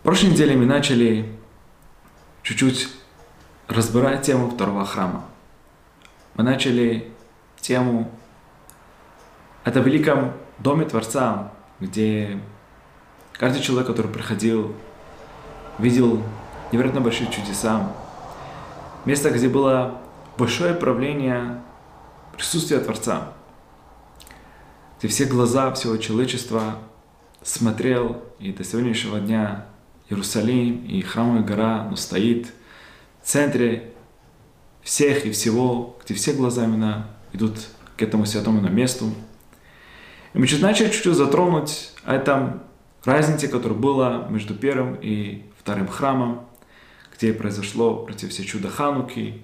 прошлой неделе мы начали чуть-чуть разбирать тему второго храма. Мы начали тему о великом доме Творца, где каждый человек, который приходил, видел невероятно большие чудеса. Место, где было большое правление присутствия Творца, где все глаза всего человечества смотрел, и до сегодняшнего дня Иерусалим и Храмовая гора стоит в центре всех и всего, где все глаза именно идут к этому святому месту. И мы начали чуть-чуть затронуть о этом разнице, которая была между первым и вторым храмом, где произошло против все чудо Хануки.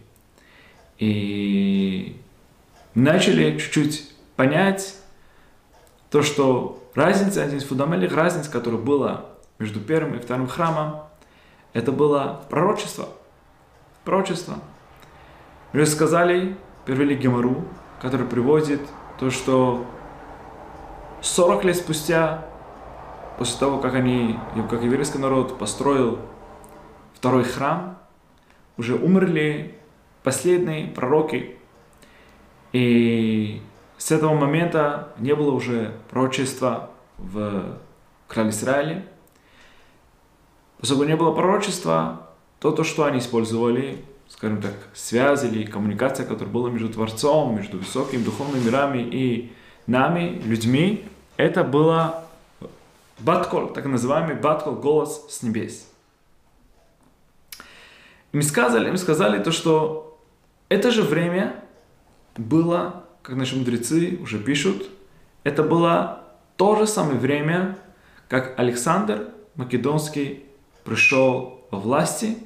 И начали чуть-чуть понять то, что разница, один из фундаментальных разниц, которая была между первым и вторым храмом, это было пророчество. Пророчество. Мы уже сказали, привели Гемару, который приводит то, что 40 лет спустя, после того, как еврейский народ построил второй храм, уже умерли последние пророки. И с этого момента не было уже пророчества в крае Израиля. Поскольку не было пророчества, то, что они использовали, скажем так, связь или коммуникация, которая была между Творцом, между высокими духовными мирами и нами, людьми, это было баткол, так называемый баткол, голос с небес. Им сказали то, что это же время было, как наши мудрецы уже пишут, это было то же самое время, как Александр Македонский пришел во власти.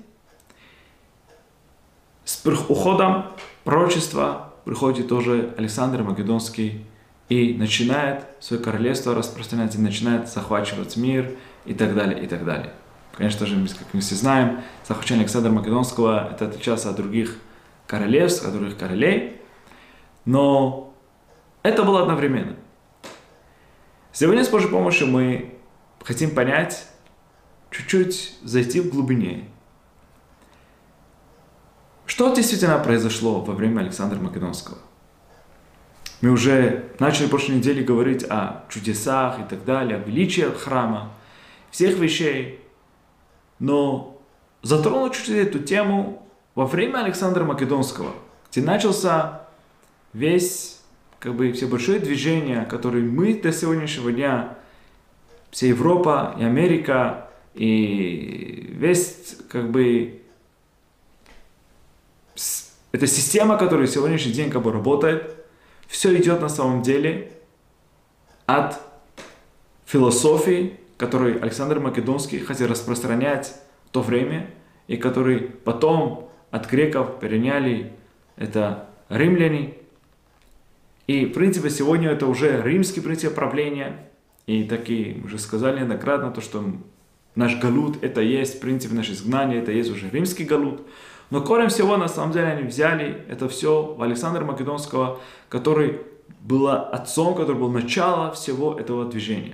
С уходом пророчества приходит тоже Александр Македонский и начинает свое королевство распространять, и начинает захватывать мир и так далее, и так далее. Конечно же, как мы все знаем, захвачение Александра Македонского это отличался от других королевств, от других королей, но это было одновременно. Сегодня с Божьей помощью мы хотим понять, чуть-чуть зайти в глубине. Что действительно произошло во время Александра Македонского? Мы уже начали в прошлой неделе говорить о чудесах и так далее, о величии храма, всех вещей. Но затронул чуть-чуть эту тему во время Александра Македонского, где начался все большое движение, которое мы до сегодняшнего дня, вся Европа и Америка, и эта система, которая в сегодняшний день работает, все идет на самом деле от философии, которую Александр Македонский хотел распространять в то время, и который потом от греков переняли это римляне. И в принципе сегодня это уже римский принцип правления. И такие, мы уже сказали неоднократно, то, что наш галут это есть, в принципе наше изгнание, это есть уже римский галут. Но корень всего, на самом деле, они взяли это все в Александра Македонского, который был отцом, который был начало всего этого движения.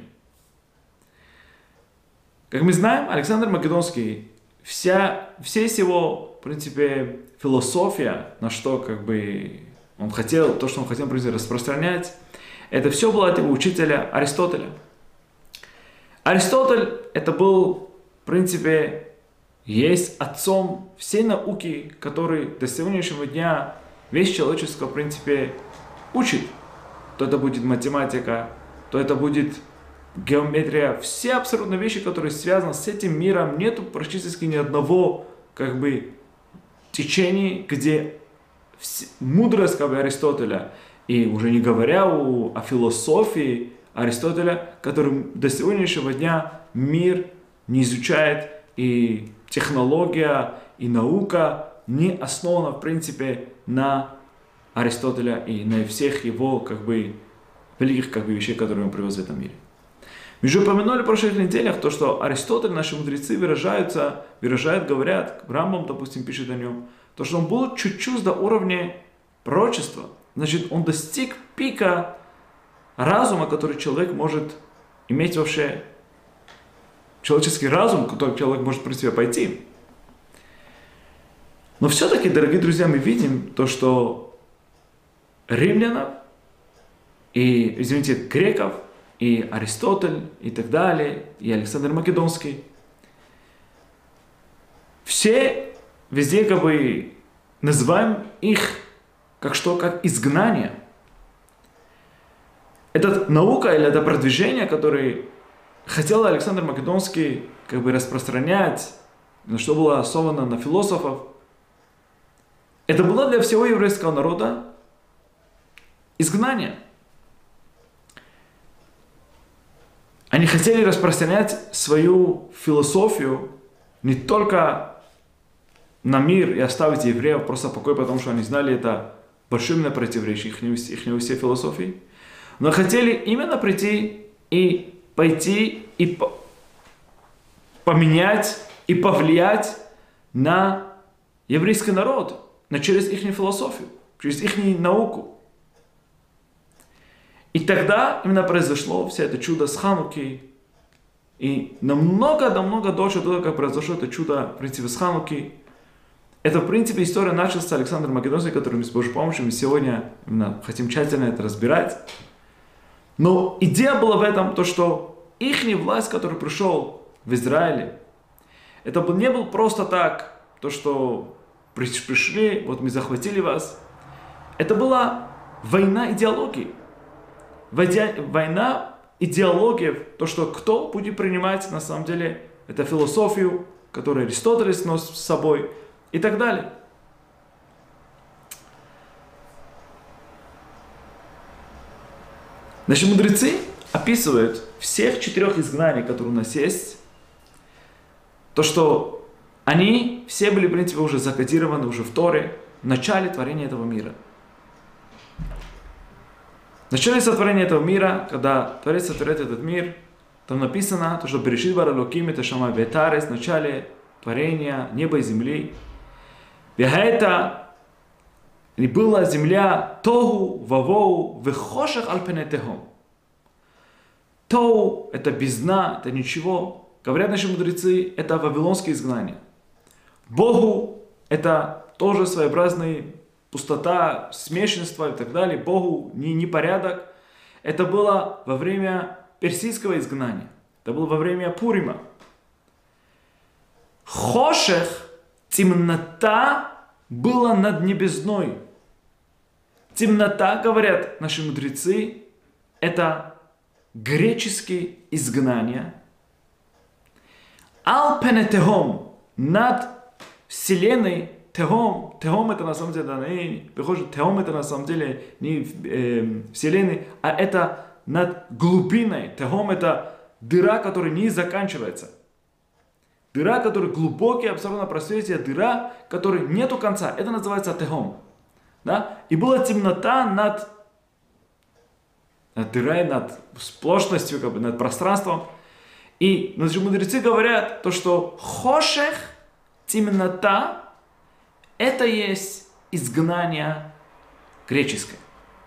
Как мы знаем, Александр Македонский, вся его, в принципе, философия, на что он хотел, то, что он хотел, в принципе, распространять, это все было от его учителя Аристотеля. Аристотель, это был, в принципе, есть отцом всей науки, который до сегодняшнего дня весь человечество, в принципе, учит. То это будет математика, то это будет геометрия. Все абсолютно вещи, которые связаны с этим миром, нету практически ни одного течения, где мудрость Аристотеля, и уже не говоря о философии Аристотеля, который до сегодняшнего дня мир не изучает, и технология, и наука не основана, в принципе, на Аристотеля и на всех его, великих, вещей, которые он привез в этом мире. Мы уже упомянули в прошлых неделях то, что Аристотель, наши мудрецы говорят, Рамбам, допустим, пишет о нем, то, что он был чуть-чуть до уровня пророчества. Значит, он достиг пика разума, который человек может иметь вообще человеческий разум, который человек может при себе пойти. Но все-таки, дорогие друзья, мы видим то, что римлянов и, извините, греков, и Аристотель, и так далее, и Александр Македонский, все везде как бы называем их как что? Как изгнание. Это наука или это продвижение, которое хотел Александр Македонский как бы распространять, на что было основано на философов, это было для всего еврейского народа изгнание. Они хотели распространять свою философию не только на мир и оставить евреев просто в покое, потому что они знали это большое именно противоречие их всей философии, но хотели именно прийти и пойти и поменять и повлиять на еврейский народ, через их философию, через их науку. И тогда именно произошло все это чудо с Хануки. И намного дольше до того, как произошло это чудо, в принципе, с Хануки, это, в принципе, история началась с Александра Македонского, который мы с Божьей помощью мы сегодня именно хотим тщательно это разбирать. Но идея была в этом, то, что их власть, который пришел в Израиле, это не был просто так, то, что пришли, вот мы захватили вас. Это была война идеологии. Война идеологии, то, что кто будет принимать, на самом деле, это философию, которую Аристотель носит с собой, и так далее. Наши мудрецы описывают всех 4 изгнаний, которые у нас есть, то, что они все были, в принципе, уже закодированы уже в Торе в начале творения этого мира. В начале сотворения этого мира, когда Творец сотворяет этот мир, там написано, то, что «Берешит bara Элоким et ha-shamayim ve'et haaretz», в начале творения неба и земли. «Ве'хаэта» и была земля «Тогу вавоу вехошех аль пеней техом». Тоу – это бездна, это ничего. Говорят наши мудрецы, это вавилонское изгнание. Богу – это тоже своеобразная пустота, смешенство и так далее. Богу непорядок. Это было во время персидского изгнания. Это было во время Пурима. Хошех, темнота, была над небесной. Темнота, говорят наши мудрецы, это греческие изгнания. Алпенетехом, над вселенной, техом это на самом деле, техом это на самом деле не вселенной, а это над глубиной. Техом это дыра, которая не заканчивается. Дыра, которая глубокая, абсолютно просветия, дыра, которой нету конца. Это называется техом. Да? И была темнота над дырой, над сплошностью, как бы, над пространством. И наши мудрецы говорят, то, что хошех, темнота, это есть изгнание греческое,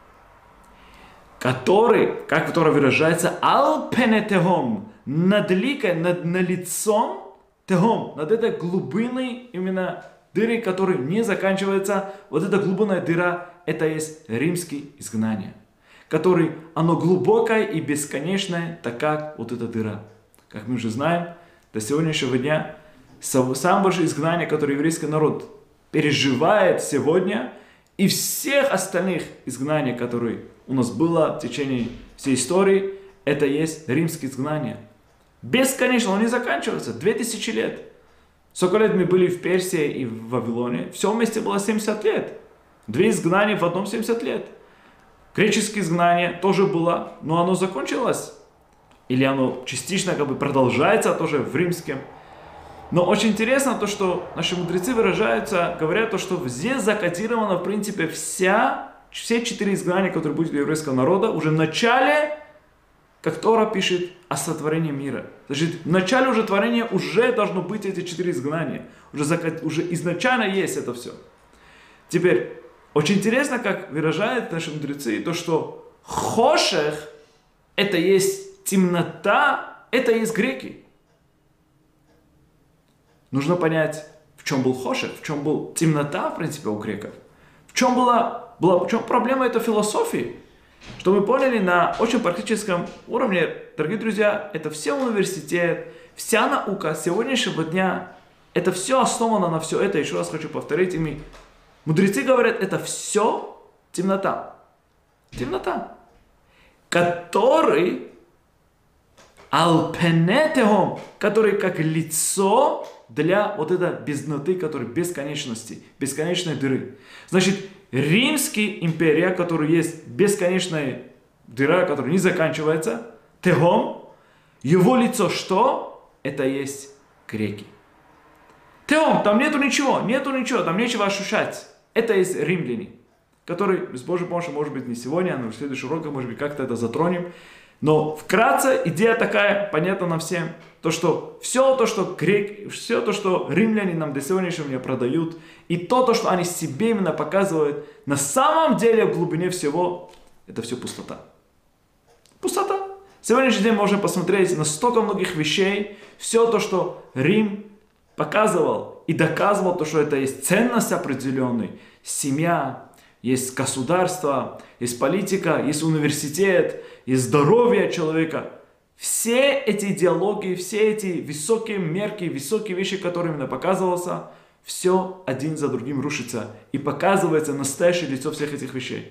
которое выражается алпенетехом, над лицом техом, над этой глубиной именно дырой, которая не заканчивается. Вот эта глубинная дыра, это есть римское изгнание, которое, оно глубокое и бесконечное, так как вот эта дыра. Как мы уже знаем, до сегодняшнего дня самое большое изгнание, которое еврейский народ переживает сегодня, и всех остальных изгнаний, которые у нас было в течение всей истории, это есть римское изгнание. Бесконечно, оно не заканчивается, 2000 лет. Сколько лет мы были в Персии и в Вавилоне, все вместе было 70 лет. 2 изгнания в одном 70 лет. Греческое изгнание тоже было, но оно закончилось. Или оно частично как бы продолжается тоже в римском. Но очень интересно то, что наши мудрецы выражаются, говорят то, что здесь закодировано в принципе все 4 изгнания, которые будут у еврейского народа уже в начале, как Тора пишет о сотворении мира. Значит, в начале уже творения уже должно быть эти 4 изгнания. Уже изначально есть это все. Теперь, очень интересно, как выражают наши мудрецы, то, что хошех, это есть темнота, это есть греки. нужно понять, в чем был хошек, в чем была темнота, в принципе, у греков. В чем в чем проблема этой философии. Что мы поняли на очень практическом уровне, дорогие друзья, это все университет, вся наука сегодняшнего дня, это все основано на все это. Еще раз хочу повторить, мудрецы говорят, это все темнота. Темнота. Который алпенетехом, который как лицо для вот этой бездноты, которая бесконечности, бесконечной дыры. Значит, Римская империя, которая есть бесконечная дыра, которая не заканчивается, техом, его лицо что? Это есть греки. Техом, там нету ничего, там нечего ощущать. Это есть римляне, которые, с Божьей помощью, может быть, не сегодня, но в следующем уроке, может быть, как-то это затронем. Но вкратце идея такая, понятна нам всем, все то, что римляне нам до сегодняшнего дня продают, и то, что они себе именно показывают, на самом деле в глубине всего, это все пустота. Пустота. Сегодняшний день можно посмотреть на столько многих вещей, все то, что Рим показывал и доказывал, то, что это есть ценность определенная, семья, есть государство, есть политика, есть университет, есть здоровье человека. Все эти идеологии, все эти высокие мерки, высокие вещи, которые именно показывался, все один за другим рушится и показывается настоящее лицо всех этих вещей.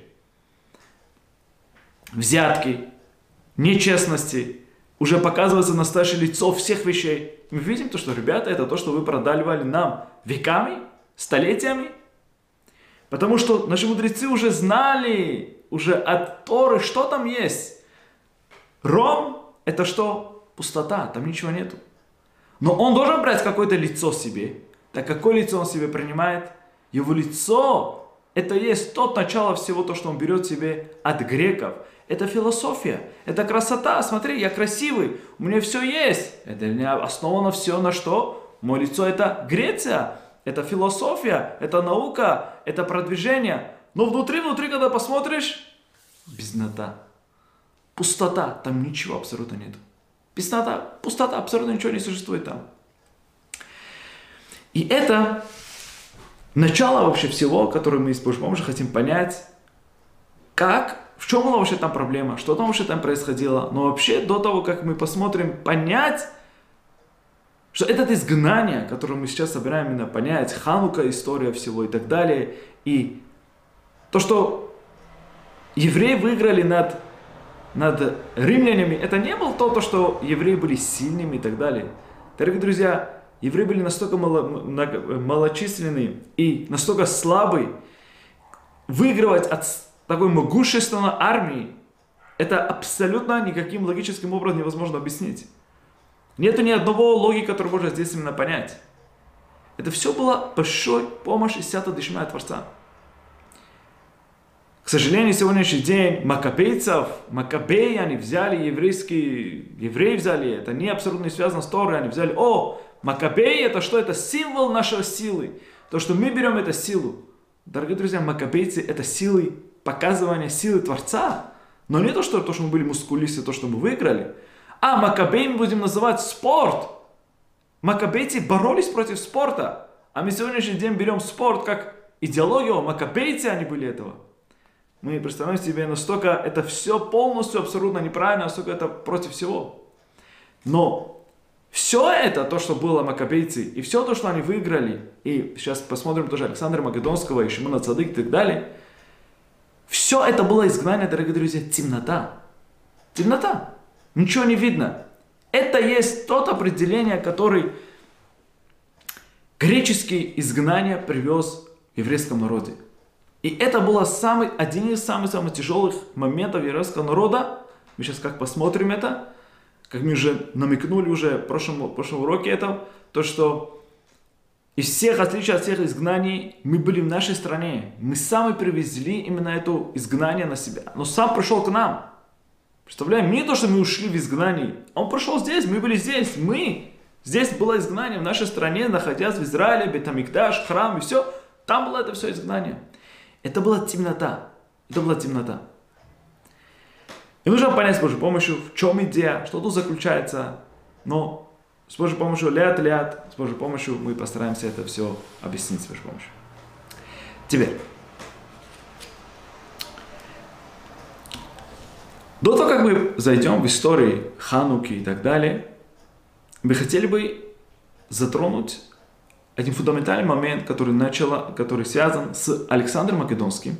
Взятки, нечестности, уже показывается настоящее лицо всех вещей. Мы видим то, что, ребята, это то, что вы продавали нам веками, столетиями. Потому что наши мудрецы уже знали, уже от Торы, что там есть. Ром – это что? Пустота, там ничего нету. Но он должен брать какое-то лицо себе. Так какое лицо он себе принимает? Его лицо – это есть тот начало всего, то, что он берет себе от греков. Это философия, это красота. Смотри, я красивый, у меня все есть. Это не основано все на что? Мое лицо – это Греция. Это философия, это наука, это продвижение. Но внутри, когда посмотришь, безднота, пустота, там ничего абсолютно нет. Пустота, абсолютно ничего не существует там. И это начало вообще всего, которое мы с Божьей помощью хотим понять, в чем была вообще там проблема, что там вообще там происходило. Но вообще до того, как мы посмотрим, понять, что это изгнание, которое мы сейчас собираем именно понять, Ханука, история всего и так далее, и то, что евреи выиграли над римлянами, это не было то, что евреи были сильными и так далее. Дорогие друзья, евреи были настолько малочисленны и настолько слабы, выигрывать от такой могущественной армии, это абсолютно никаким логическим образом невозможно объяснить. Нету ни одного логики, который можно здесь именно понять. Это все была большой помощь из Сията Дишмая Творца. К сожалению, сегодняшний день Маккабеи, они взяли евреи взяли, это не абсолютно не связано с Торой, они взяли, Маккабеи это что? Это символ нашей силы. То, что мы берем, это силу. Дорогие друзья, маккабейцы это силы, показывание силы Творца. Но не то, что мы были мускулисты, то, что мы выиграли. Маккабеи мы будем называть спорт. Маккабейцы боролись против спорта. А мы сегодняшний день берем спорт как идеологию. Маккабейцы они были этого. Мы представляем себе, настолько это все полностью абсолютно неправильно, настолько это против всего. Но все это, то, что было маккабейцы, и все то, что они выиграли, и сейчас посмотрим тоже Александра Македонского, и Шимона Цадык и так далее, все это было изгнание, дорогие друзья, темнота. Темнота. Ничего не видно. Это есть тот определение, который греческие изгнания привез в еврейском народе. И это был один из самых тяжелых моментов еврейского народа. Мы сейчас как посмотрим это, как мы уже намекнули в прошлом уроке то, что из всех, отличий от всех изгнаний, мы были в нашей стране. Мы сами привезли именно это изгнание на себя. Но сам пришел к нам. Представляем, не то, что мы ушли в изгнание. Он пришел здесь, мы были здесь. Здесь было изгнание в нашей стране, находясь в Израиле, Бет-Амикдаш, храм и все. Там было это все изгнание. Это была темнота. И нужно понять с Божьей помощью, в чем идея, что тут заключается. Но с Божьей помощью, ляд, с Божьей помощью мы постараемся это все объяснить с Божьей помощью. Теперь, до того, как мы зайдем в истории Хануки и так далее, мы хотели бы затронуть один фундаментальный момент, который связан с Александром Македонским.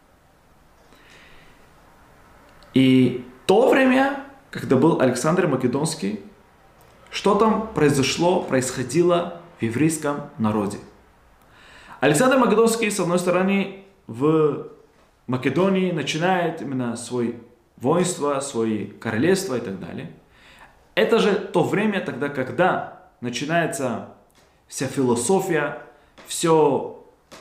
И то время, когда был Александр Македонский, что там происходило в еврейском народе. Александр Македонский, с одной стороны, в Македонии начинает именно свое воинство, свои королевства и так далее. Это же то время тогда, когда начинается вся философия, все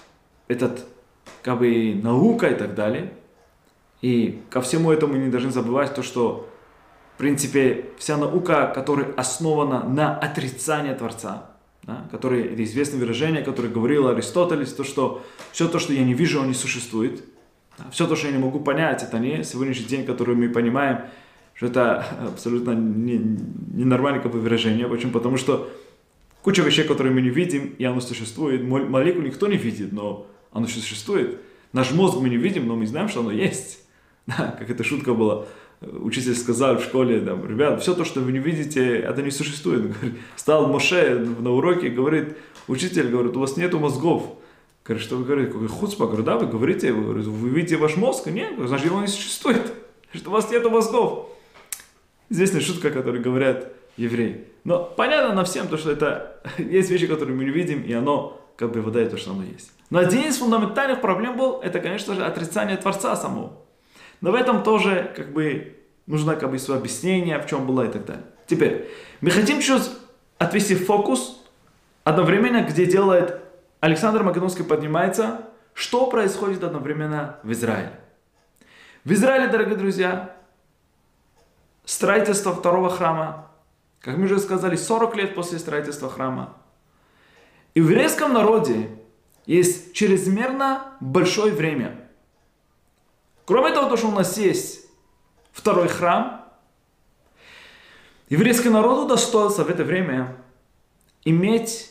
наука и так далее. И ко всему этому мы не должны забывать то, что в принципе вся наука, которая основана на отрицании Творца, да, это известное выражение, которое говорил Аристотелес, то, что все то, что я не вижу, оно не существует. Да, все то, что я не могу понять, это не сегодняшний день, который мы понимаем, что это абсолютно ненормальное выражение. Почему? Потому что куча вещей, которые мы не видим, и оно существует. Молекулу никто не видит, но оно существует. Наш мозг мы не видим, но мы знаем, что оно есть. Да, как эта шутка была. Учитель сказал в школе, ребят, все то, что вы не видите, это не существует. Стал Моше на уроке и говорит, учитель, говорит, у вас нету мозгов. Говорит, что вы говорите? Какой хуцпа? Говорю, да, вы говорите, вы видите ваш мозг? Нет, значит, его не существует. Что у вас нету мозгов. Известная шутка, которую говорят евреи. Но понятно нам всем, что это есть вещи, которые мы не видим, и оно выдает то, что оно есть. Но один из фундаментальных проблем был, это, конечно же, отрицание Творца самого. Но в этом тоже нужно свое объяснение, в чем было и так далее. Теперь, мы хотим чуть отвести фокус одновременно, где делает Александр Македонский поднимается, что происходит одновременно в Израиле. В Израиле, дорогие друзья, строительство второго храма, как мы уже сказали, 40 лет после строительства храма. И в еврейском народе есть чрезмерно большое время. Кроме того, что у нас есть второй храм, еврейскому народу удостоился в это время иметь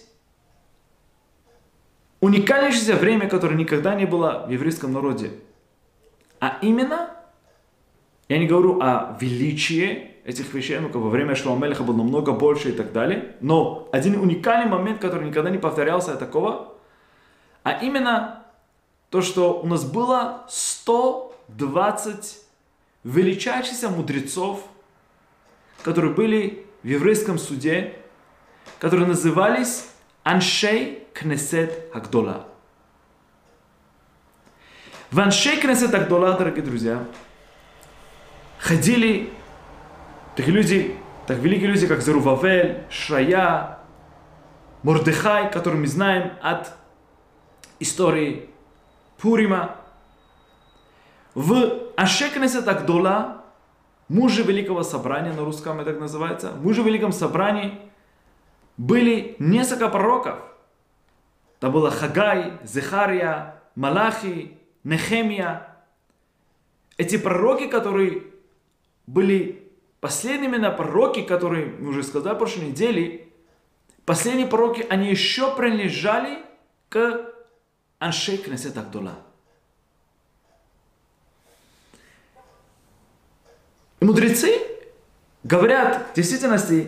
уникальнейшее время, которое никогда не было в еврейском народе. А именно, я не говорю о величии этих вещей, во время Шломо Мелеха было намного больше и так далее, но один уникальный момент, который никогда не повторялся такого, а именно то, что у нас было 120 величайшихся мудрецов, которые были в еврейском суде, которые назывались Аншей Кнесет Агдола. В Аншей Кнесет Агдола, дорогие друзья, ходили такие люди, так великие люди, как Зарувавель, Шрая, Мордехай, которые мы знаем от истории Пурима. В Аншей Кнесет Агдола, мужи Великого Собрания, на русском это так называется, мужи в Великом Собрании, были несколько пророков. Это было Хагай, Зехария, Малахи, Нехемия. Эти пророки, которые были последними пророки, которые, мы уже сказали в прошлой неделе, последние пророки, они еще принадлежали к Аншей Кнесет Агдола. И мудрецы говорят в действительности,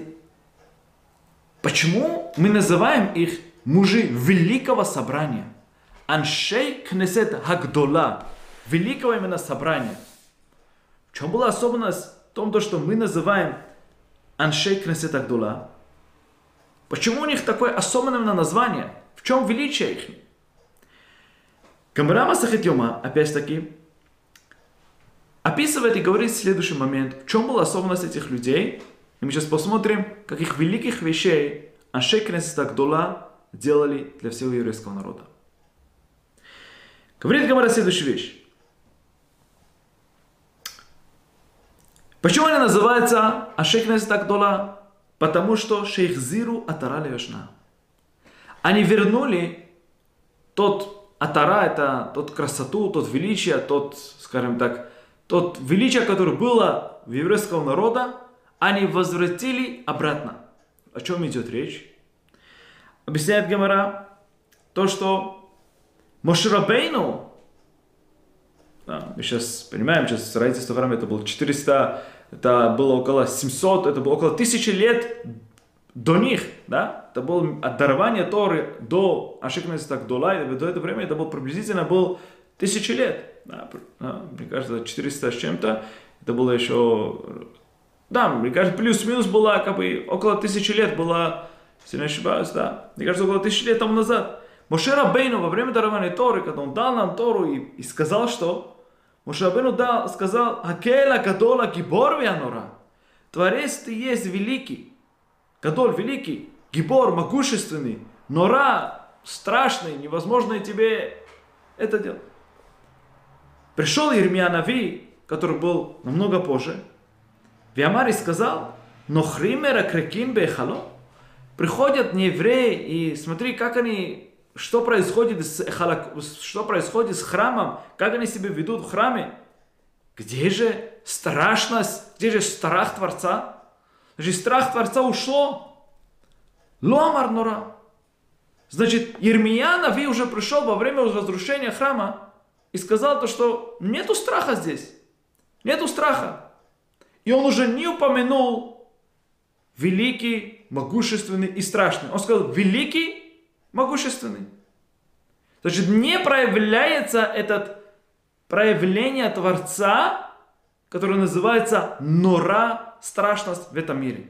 почему мы называем их мужи Великого Собрания? Аншей Кнесет Агдола, Великого именно Собрания. В чем была особенность в том, что мы называем Аншей Кнесет Агдола? Почему у них такое особенное название? В чем величие их? Гемара Масехет Йома, опять-таки, описывает и говорит следующий момент, в чем была особенность этих людей. И мы сейчас посмотрим, каких великих вещей Аншей Кнесет Агдола делали для всего еврейского народа. Говорит Гемара следующую вещь. Почему они называются Аншей Кнесет Агдола? Потому что Шейхзиру Атара Левешна. Они вернули тот Атара, это тот красоту, тот величие, тот, скажем так, тот величие, которое было в еврейского народа, они возвратили обратно. о чем идет речь? Объясняет Гемара то, что Моше Рабейну, да, мы сейчас понимаем, сейчас строительство храма это было 400, это было около 700, это было около 1000 лет до них, да? Это было от дарования Торы до Ашикнесета Гдола, и до этого времени это было приблизительно 1000 лет. Да, мне кажется, 400 с чем-то, это было еще, да, мне кажется, плюс-минус было как бы около 1000 лет было, если не ошибаюсь, да, мне кажется, около 1000 лет тому назад. Моше Рабейну во время дарования Торы, когда он дал нам Тору и сказал, что Моше Рабейну сказал: «Акела Гадола Гибор Вианора». Творец ты есть великий, Гадоль великий, Гибор могущественный, Нора страшный, невозможно тебе это делать. Пришел Ирмия Нави, который был намного позже, Виамар и сказал: «Нохримера крекин бехало». Приходят неевреи и смотри, как они, что происходит с храмом, как они себя ведут в храме. Где же страшность, где же страх Творца? Значит, страх Творца ушло. Ломар нора. Значит, Ирмия Нави уже пришел во время разрушения храма и сказал то, что нету страха здесь. Нету страха. И он уже не упомянул великий, могущественный и страшный. Он сказал великий, могущественный. Значит, не проявляется это проявление Творца, которое называется нора, страшность в этом мире.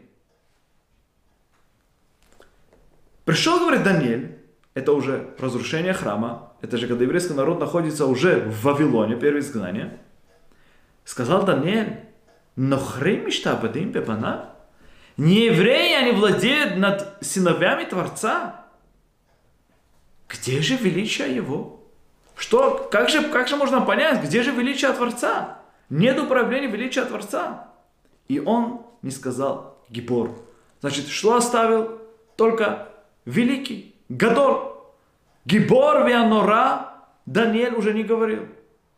Пришел, говорит, Даниэль, это уже разрушение храма, это же когда еврейский народ находится уже в Вавилоне, первое изгнание. Сказал Даниэль: «Нохрим миштабадим бебанав». Не евреи, они владеют над сыновьями Творца. Где же величие Его? Что? Как же можно понять, где же величие Творца? Нет управления величия Творца. И он не сказал Гибор. Значит, что оставил? Только великий, Гадоль. Гибор вианора Даниэль уже не говорил.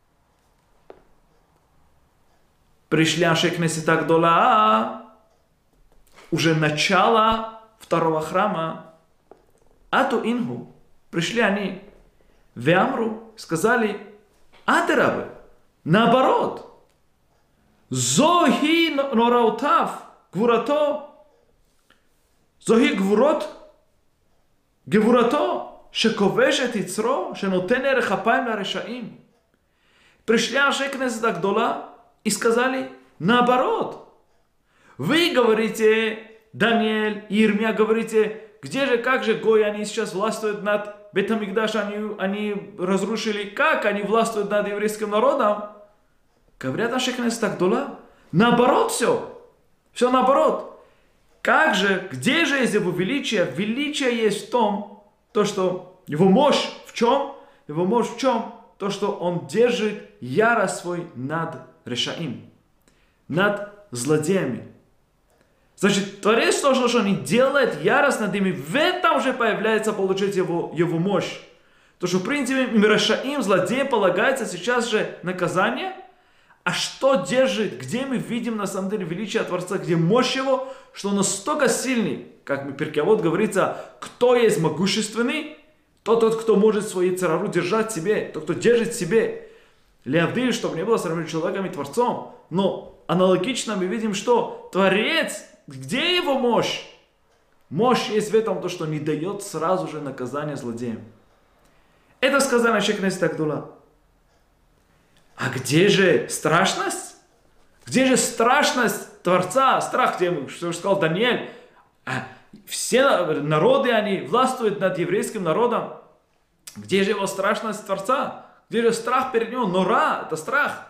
Пришли Ашикнесета Гдола, уже начало второго храма. Ату ингу. Пришли они. Веамру сказали: Атерабы. Наоборот. Зохи нораутав. Гвурато. Зохи гвурот. Гвурато. Шековешет ицро. Шенотен эрех апаим ларешаим. Пришли Ашикнесета Гдола и сказали: наоборот. Вы говорите, Даниэль и Ирмия, говорите, где же, как же Гои, они сейчас властвуют над Бет-Амикдаш, они разрушили, как они властвуют над еврейским народом? Говорят, Ашикнесета Гдола, наоборот все. Все наоборот. Как же, где же есть его величие? Величие есть в том, то, что его мощь в чем? Его мощь в чем? То, что он держит ярость свой над решаим, над злодеями. Значит, Творец то, что он не делает ярость над ними, в этом уже появляется, получается, его мощь. То, что, в принципе, решаим, злодеям полагается сейчас же наказание. А что держит, где мы видим на самом деле величие Творца, где мощь его, что он настолько сильный, как в Перкей Авот говорится, кто есть могущественный, тот, кто может свою царару держать в себе, тот, кто держит в себе. Леавдиль, чтобы не было сравнения человеком и Творцом. Но аналогично мы видим, что Творец, где его мощь? Мощь есть в этом, то, что не дает сразу же наказание злодеям. Это сказано Ашикнесета Гдола. А где же страшность? Где же страшность Творца? Страх, что сказал Даниэль. Все народы, они властвуют над еврейским народом. Где же его страшность Творца? Где же страх перед ним? Нора, это страх.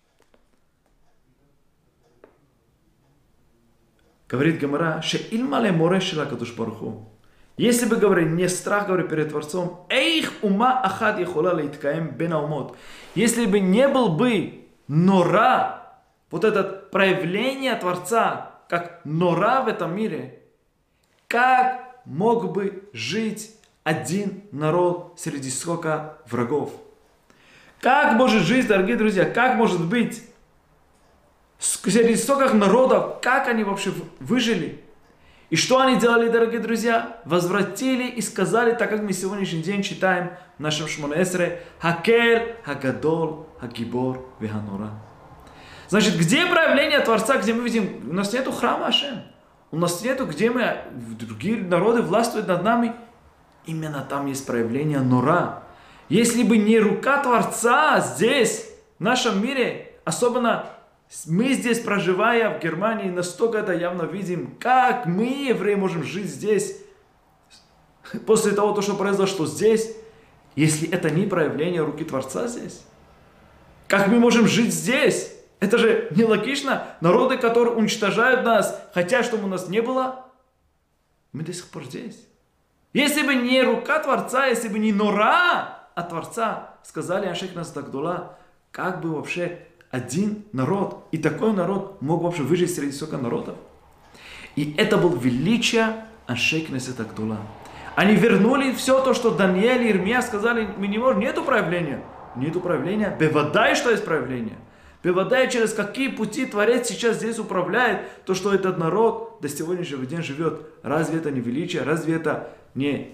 Говорит Гемара, шеильмале морешила кадуш баруху. Если бы, говорили, не страх, говорю, перед Творцом, эйх ума ахад яхола лейткаем бен аумот. Если бы не был бы нора, вот это проявление Творца, как нора в этом мире, как мог бы жить один народ среди сколько врагов? Как может жить, дорогие друзья, как может быть среди столько народов, как они вообще выжили? И что они делали, дорогие друзья? Возвратили и сказали, так как мы сегодняшний день читаем в нашем Шмоне-Эсре, «Хакель, Хагадол, Хагибор, Веханора». Значит, где проявление Творца, где мы видим, у нас нету храма Ашем, у нас нету, где мы, другие народы властвуют над нами, именно там есть проявление Нора. Если бы не рука Творца здесь, в нашем мире, особенно мы здесь, проживая в Германии, настолько это явно видим, как мы, евреи, можем жить здесь, после того, что произошло здесь, если это не проявление руки Творца здесь. Как мы можем жить здесь? Это же нелогично. Народы, которые уничтожают нас, хотят, чтобы у нас не было, мы до сих пор здесь. Если бы не рука Творца, если бы не Нора от Творца, сказали Ашек нас Дагдула, как бы вообще один народ, и такой народ мог вообще выжить среди столько народов. И это был величие Ашек нас Дагдула. Они вернули все то, что Даниэль и Ирмия сказали, мы не можем, нету проявления. Нету проявления, бевадай, что есть проявление. Бевадай, через какие пути Творец сейчас здесь управляет, то, что этот народ до сегодняшнего дня живет. Разве это не величие? Разве это не...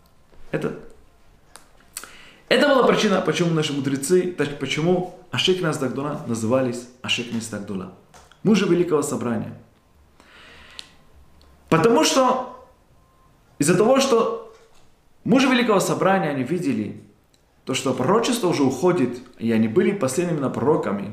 Это была причина, почему наши мудрецы, почему Ашек нас Дагдула назывались Ашек нас Дагдула. Мужи Великого Собрания. Потому что из-за того, что мужи Великого Собрания, они видели то, что пророчество уже уходит, и они были последними пророками.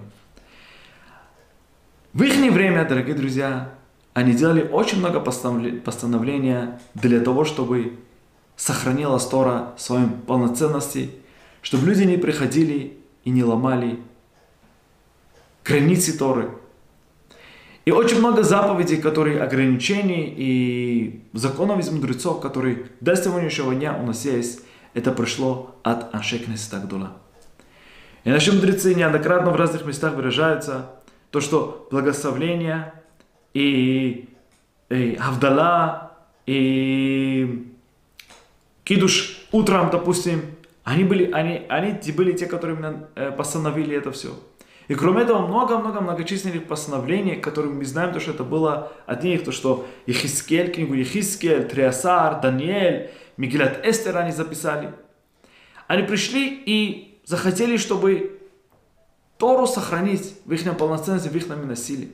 В их время, дорогие друзья, они делали очень много постановления для того, чтобы сохранилась Тора в своей полноценности, чтобы люди не приходили и не ломали границы Торы. И очень много заповедей, которые ограничений и законов из мудрецов, которые до сегодняшнего дня у нас есть, это пришло от Ашек нас Дагдула. И наши мудрецы неоднократно в разных местах выражаются, то, что благословление и Авдала и Кидуш утром, допустим, они были те, которые именно постановили это все. И кроме этого, много-много многочисленных постановлений, которые мы знаем, то, что это было от них, то, что Ехискель, книгу Ехискель, Триасар, Даниэль, Мегилат Эстер они записали. Они пришли и захотели, чтобы Тору сохранить в их полноценности, в их насилии.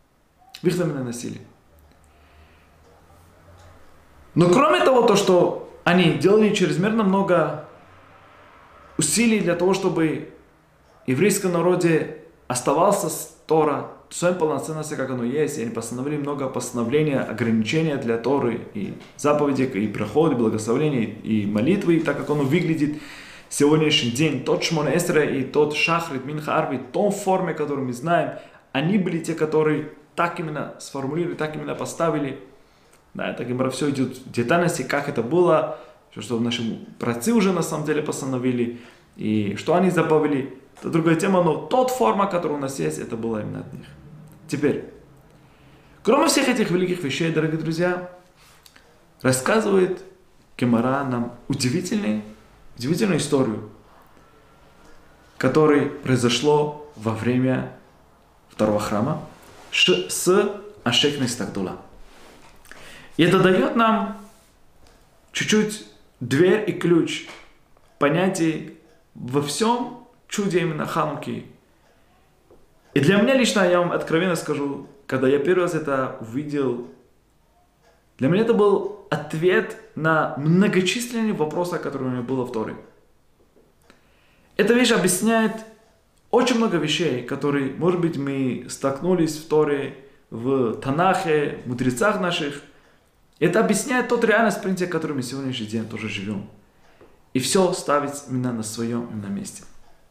Но кроме того, то, что они делали чрезмерно много усилий для того, чтобы в еврейском народе оставался Тора в своей полноценности, как оно есть. И они постановили много постановлений, ограничения для Торы, и заповеди, и приходы, и благословения, и молитвы, и так как оно выглядит сегодняшний день. Тот Шмоне-Эсре и тот Шахрит, Минха, Арви, в том форме, которую мы знаем, они были те, которые так именно сформулировали, так именно поставили. Да, это Гемара все идет в детальности, как это было, что наши праотцы уже на самом деле постановили, и что они заповели. Это другая тема, но тот форма, которая у нас есть, это была именно от них. Теперь, кроме всех этих великих вещей, дорогие друзья, рассказывает Гемара нам удивительную историю, которая произошло во время второго храма с Ашек нас Дагдула. И это дает нам чуть-чуть дверь и ключ понятий во всем чуде именно Хануки. И для меня лично, я вам откровенно скажу, когда я первый раз это увидел, для меня это был ответ на многочисленные вопросы, которые у меня было в Торе. Эта вещь объясняет очень много вещей, которые, может быть, мы столкнулись в Торе, в Танахе, в мудрецах наших. Это объясняет тот реальность, в принципе, в которой мы сегодняшний день тоже живем. И все ставить именно на своем месте.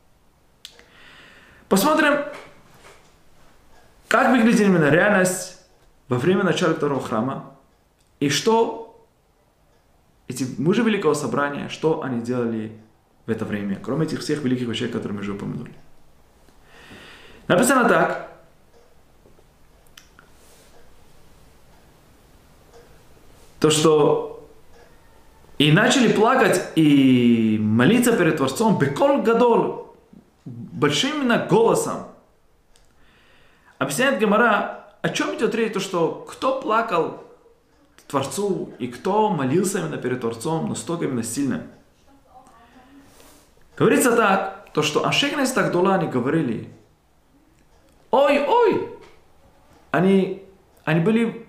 Посмотрим, как выглядит именно реальность во время начала второго храма. И что эти мужи Великого Собрания, что они делали в это время, кроме этих всех великих вещей, которые мы уже упомянули. Написано так. То, что и начали плакать и молиться перед Творцом бекол гадол, большим именно голосом. Объясняет Гемара, о чем идет речь, то, что кто плакал, Творцу, и кто молился именно перед Творцом настолько именно сильно. Говорится так, то что Ашекнес Тагдула они говорили, ой, они были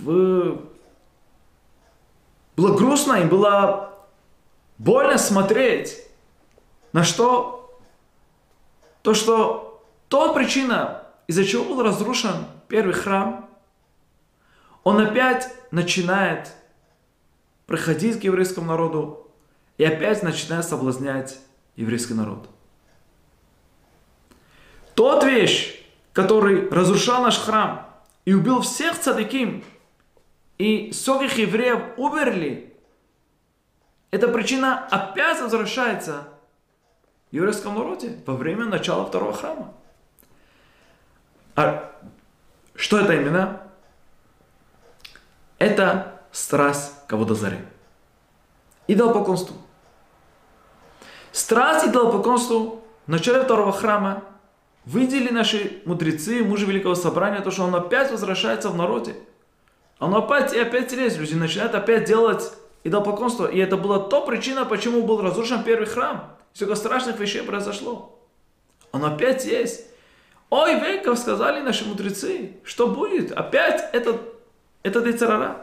было грустно, им было больно смотреть на что, то что та причина, из-за чего был разрушен первый храм, он опять начинает приходить к еврейскому народу и опять начинает соблазнять еврейский народ. Тот вещь, который разрушал наш храм и убил всех цадиким, и всех евреев умерли, эта причина опять возвращается в еврейском народе во время начала второго храма. А что это именно? Это страсть к Аводазаре. Идолопоклонству. Страсть идолопоклонству в начале второго храма видели наши мудрецы, мужи Великого Собрания, то, что он опять возвращается в народе. Он опять лезет, люди начинают опять делать идолопоклонство. И это была та причина, почему был разрушен первый храм. Сколько страшных вещей произошло. Он опять есть. Ой, веков, сказали наши мудрецы, что будет? Опять этот Йецер ара.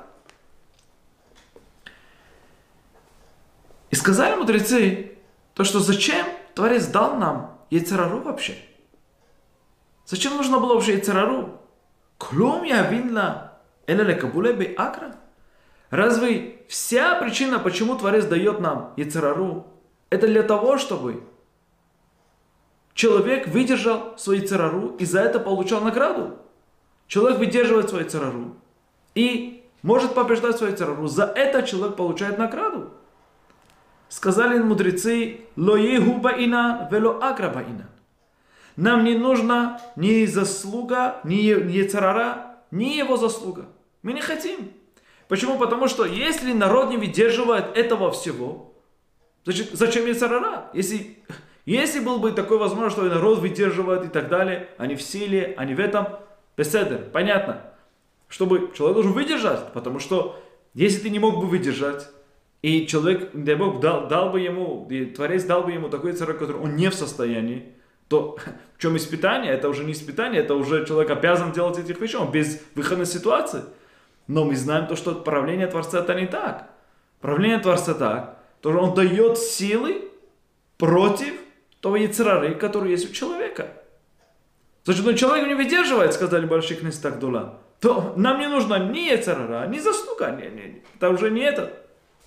И сказали мудрецы, то что зачем Творец дал нам Йецер ару вообще? Зачем нужно было вообще Йецер ару? Клум явинла эле кабуле бе акра? Разве вся причина, почему Творец дает нам Йецер ару, это для того, чтобы человек выдержал свой Йецер ару и за это получал награду? Человек выдерживает свой Йецер ару и может побеждать свой Йецер ару. За это человек получает награду. Сказали мудрецы, ло еху баинан, вело акра баинан. Нам не нужна ни заслуга, ни Йецер ара, ни его заслуга. Мы не хотим. Почему? Потому что если народ не выдерживает этого всего, значит, зачем Йецер ара? Если был бы такой возможность, что народ выдерживает и так далее, они в силе, они в этом, беседер, понятно. Чтобы человек должен выдержать, потому что если ты не мог бы выдержать, и человек, дай Бог, дал бы ему, и Творец дал бы ему такой Йецер ара, который он не в состоянии, то в чем испытание? Это уже не испытание, это уже человек обязан делать этих вещей, он без выходной ситуации. Но мы знаем то, что правление Творца это не так. Правление Творца так, то он дает силы против того Йецер ары, который есть у человека. Значит, человек не выдерживает, сказали большие князь Тагдула, то нам не нужно ни Йецер ара, ни заслуга, это уже не это.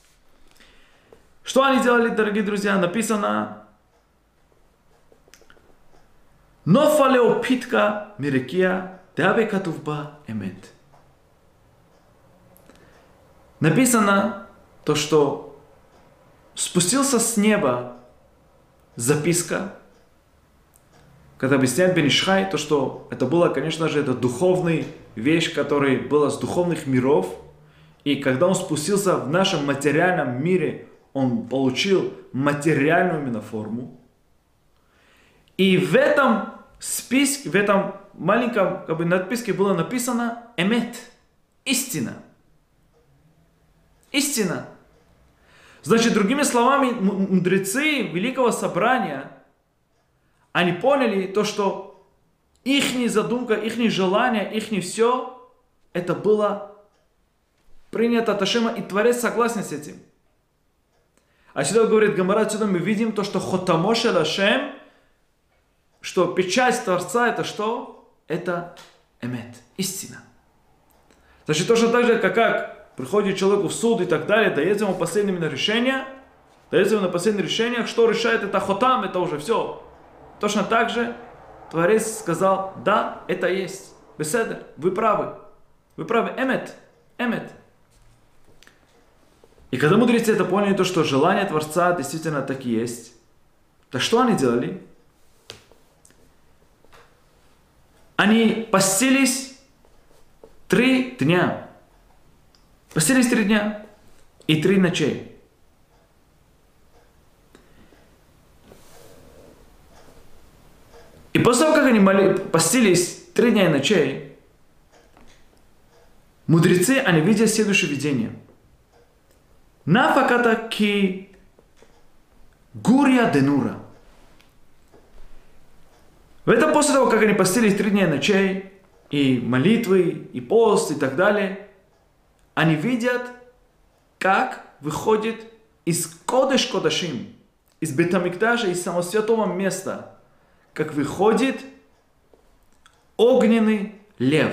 Что они делали, дорогие друзья? Написано: Нофалео питка мирекия даве катувба эмет. Написано то, что спустился с неба записка, когда объясняет Бен Иш Хай, то, что это было, конечно же, это духовная вещь, которая была с духовных миров, и когда он спустился в нашем материальном мире, он получил материальную именно форму. И в этом списке, в этом маленьком надписке было написано «Эмет» – истина. Истина. Значит, другими словами, мудрецы Великого Собрания, они поняли то, что их задумка, их желание, их все, это было принято от Ашема, и Творец согласен с этим. А сюда говорит Гемара, отсюда мы видим то, что Хотамо шел Ашем, что печать Творца это что? Это эмет, истина. Значит, точно так же, как приходит человеку в суд и так далее, дается ему последнее решение, что решает это Хотам, это уже все. Точно так же Творец сказал, да, это есть. Беседер, вы правы, эмет. И когда мудрецы это поняли, то, что желание Творца действительно так и есть, то что они делали? Они постились 3 дня. Постились 3 дня и 3 ночей. И после того, как они постились 3 дня и ночей, Мудрецы, они видят следующее видение. Нафаката ки гурия денура. Это после того, как они постились 3 дня и ночей, и молитвы, и пост, и так далее, они видят, как выходит из Кодеш Кодашим, из Бет-Амикдаша, из самого святого места, как выходит огненный лев.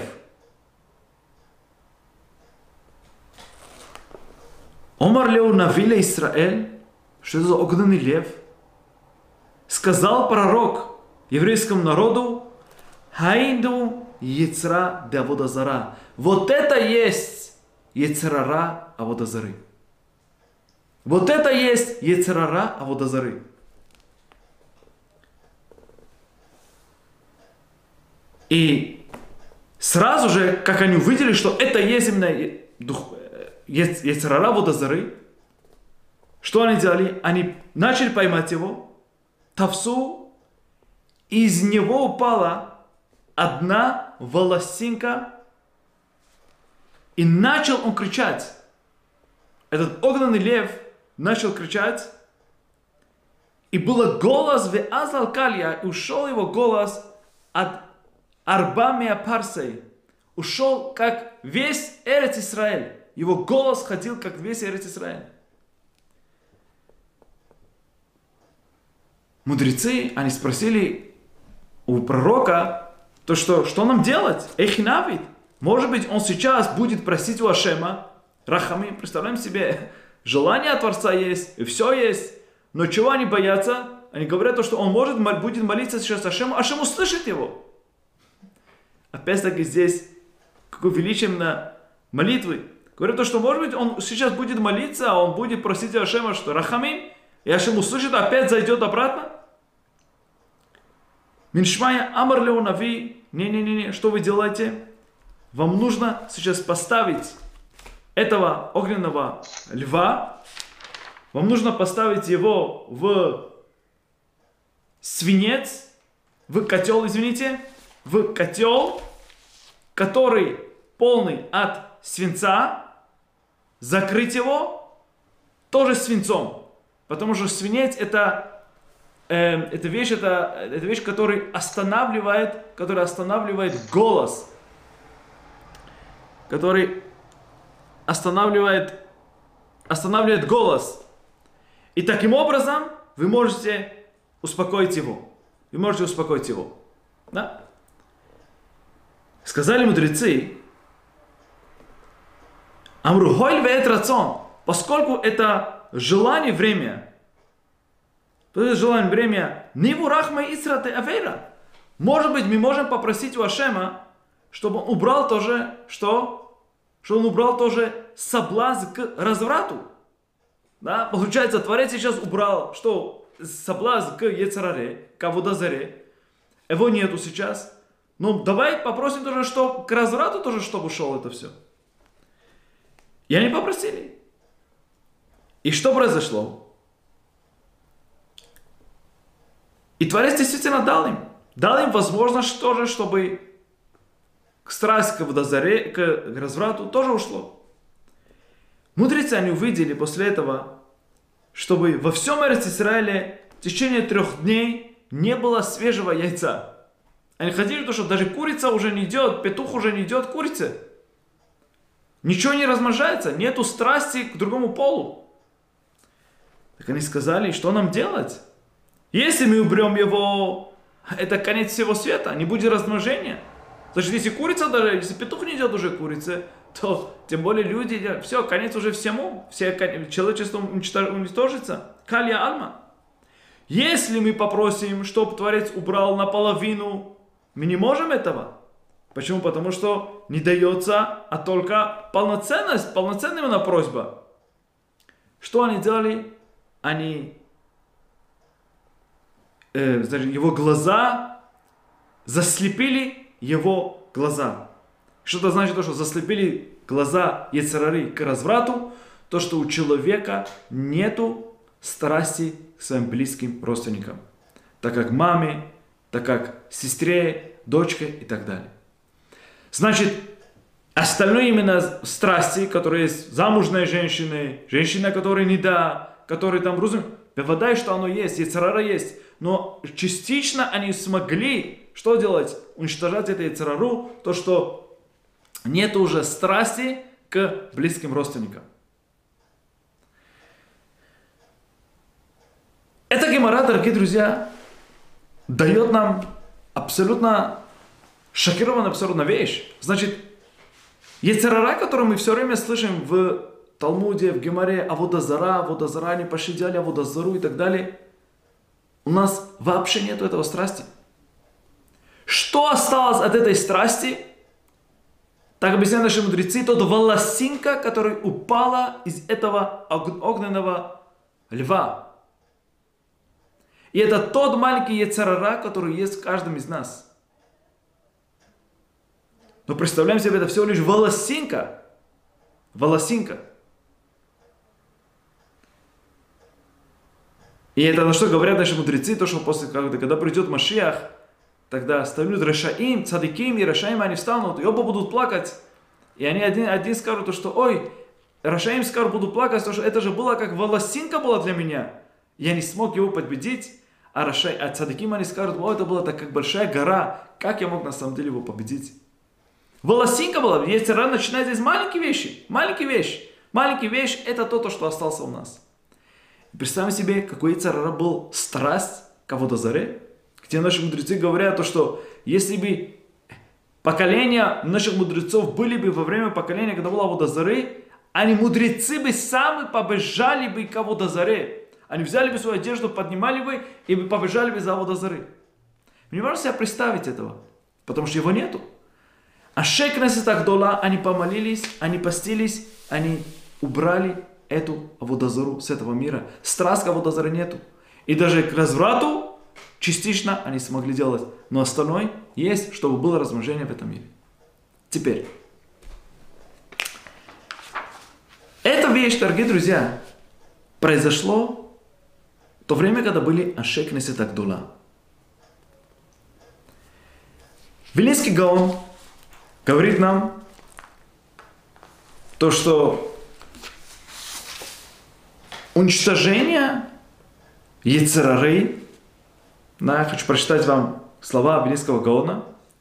Омар Леу Навиля Исраэль, что это за огненный лев, сказал пророк еврейскому народу: Хайду Ецра де Аводазара. Вот это есть Ецрара Аводазары. Вот это есть Ецрара Аводазары. И сразу же, как они увидели, что это есть именно Ецрара Аводазары, что они делали? Они начали поймать его, Тавсу, и из него упала одна волосинка, и начал он кричать. Этот огненный лев начал кричать, и был голос в Азалкалья, и ушел его голос от Арбамия Парсей. Ушел, как весь Эрец Исраэль. Его голос ходил, как весь Эрец Исраэль. Мудрецы, они спросили у пророка, то что нам делать? Эхинавид. Может быть, он сейчас будет просить у Ашема Рахами. Представляем себе, желание от Творца есть, и все есть. Но чего они боятся? Они говорят, что он будет молиться сейчас Ашему, Ашем услышит его. Опять-таки здесь, какое величие на молитвы. Говорят, что может быть, он сейчас будет молиться, а он будет просить у Ашема, что Рахами, и Ашем услышит, опять зайдет обратно. Миншмая Амар Леу Нави. Не, что вы делаете? Вам нужно сейчас поставить этого огненного льва, вам нужно поставить его в свинец, в котел, в котел, который полный от свинца, закрыть его тоже свинцом, потому что свинец это вещь, которая останавливает голос, который останавливает голос. И таким образом вы можете успокоить его. Да? Сказали мудрецы, Амрухоль веет рацион, поскольку это желание время, Ниву рахма исрате авейра. Может быть, мы можем попросить у Ашема, чтобы он убрал тоже, что он убрал тоже соблазн к разврату. Да? Получается, Творец сейчас убрал, что соблазн к Ецараре, к Аводазаре. Его нету сейчас. Но давай попросим тоже, что к разврату тоже, чтобы ушел это все. И они попросили. И что произошло? И Творец действительно дал им. Дал им возможность тоже, чтобы к страсти, к Аводазаре, к разврату тоже ушло. Мудрецы, они увидели после этого, чтобы во всем Эрец Исраиле в течение 3 дней не было свежего яйца. Они хотели, что даже курица уже не идет, петух уже не идет к курице. Ничего не размножается, нету страсти к другому полу. Так они сказали, что нам делать? Если мы уберем его, это конец всего света, не будет размножения. Значит, если курица, даже если петух не идет уже к курице, то тем более люди, все, конец уже всему, человечество уничтожится. Калья альма. Если мы попросим, чтобы Творец убрал наполовину, мы не можем этого. Почему? Потому что не дается, а только полноценная именно просьба. Что они делали? Они его глаза заслепили его глаза. Что это значит, что заслепили глаза Ецарары к разврату, то, что у человека нету страсти к своим близким родственникам, так как маме, так как сестре, дочке и так далее. Значит, Остальное именно страсти, которые есть замужные женщины, женщина, которая не да, которые там разумеют, бывает, что оно есть, яйцер ара есть, но частично они смогли, что делать? Уничтожать это яйцер ару, то, что нет уже страсти к близким родственникам. Эта гемара, дорогие друзья, дает нам абсолютно шокированную абсолютно вещь. Значит, яйцер ара, которую мы все время слышим в Талмуде, в Гемаре, авода зара, не пощадили авода зару и так далее, у нас вообще нет этого страсти. Что осталось от этой страсти? Так объясняют наши мудрецы, тот волосинка, которая упала из этого огненного льва. И это тот маленький яйцер ара, который есть в каждом из нас. Но представляем себе, это всего лишь волосинка. Волосинка. И это на что говорят наши мудрецы, то, что после, когда придет Машиах, тогда станут Рашаим, Цадиким и Рашаим, они встанут, и оба будут плакать. И они один скажут, то, что, ой, Рашаим скажут, буду плакать, потому что это же было как волосинка была для меня. Я не смог его победить. А Цадиким они скажут, о, это была так как большая гора, как я мог на самом деле его победить? Волосинка была, яйцер ара начинает из маленькие вещи. Маленькие вещи это то, что осталось у нас. Представим себе, какой яйцер ара был страсть к авода заре, где наши мудрецы говорят, то, что если бы поколения наших мудрецов были бы во время поколения, когда была авода зары, они мудрецы бы сами побежали бы к авода заре. Они взяли бы свою одежду, поднимали бы и побежали бы за авода зары. Не можете себе представить этого, потому что его нету. А шекнесет ахдола, они помолились, они постились, они убрали эту авода зару с этого мира. Страсть к авода зары нету. И даже к разврату частично они смогли делать. Но остальное есть, чтобы было размножение в этом мире. Теперь. Эта вещь, дорогие друзья, произошло в то время, когда были ашекнесет ахдола. Вилинский Гаон говорит нам то, что уничтожение яйцер ары, я хочу прочитать вам слова Вилинского Гаона,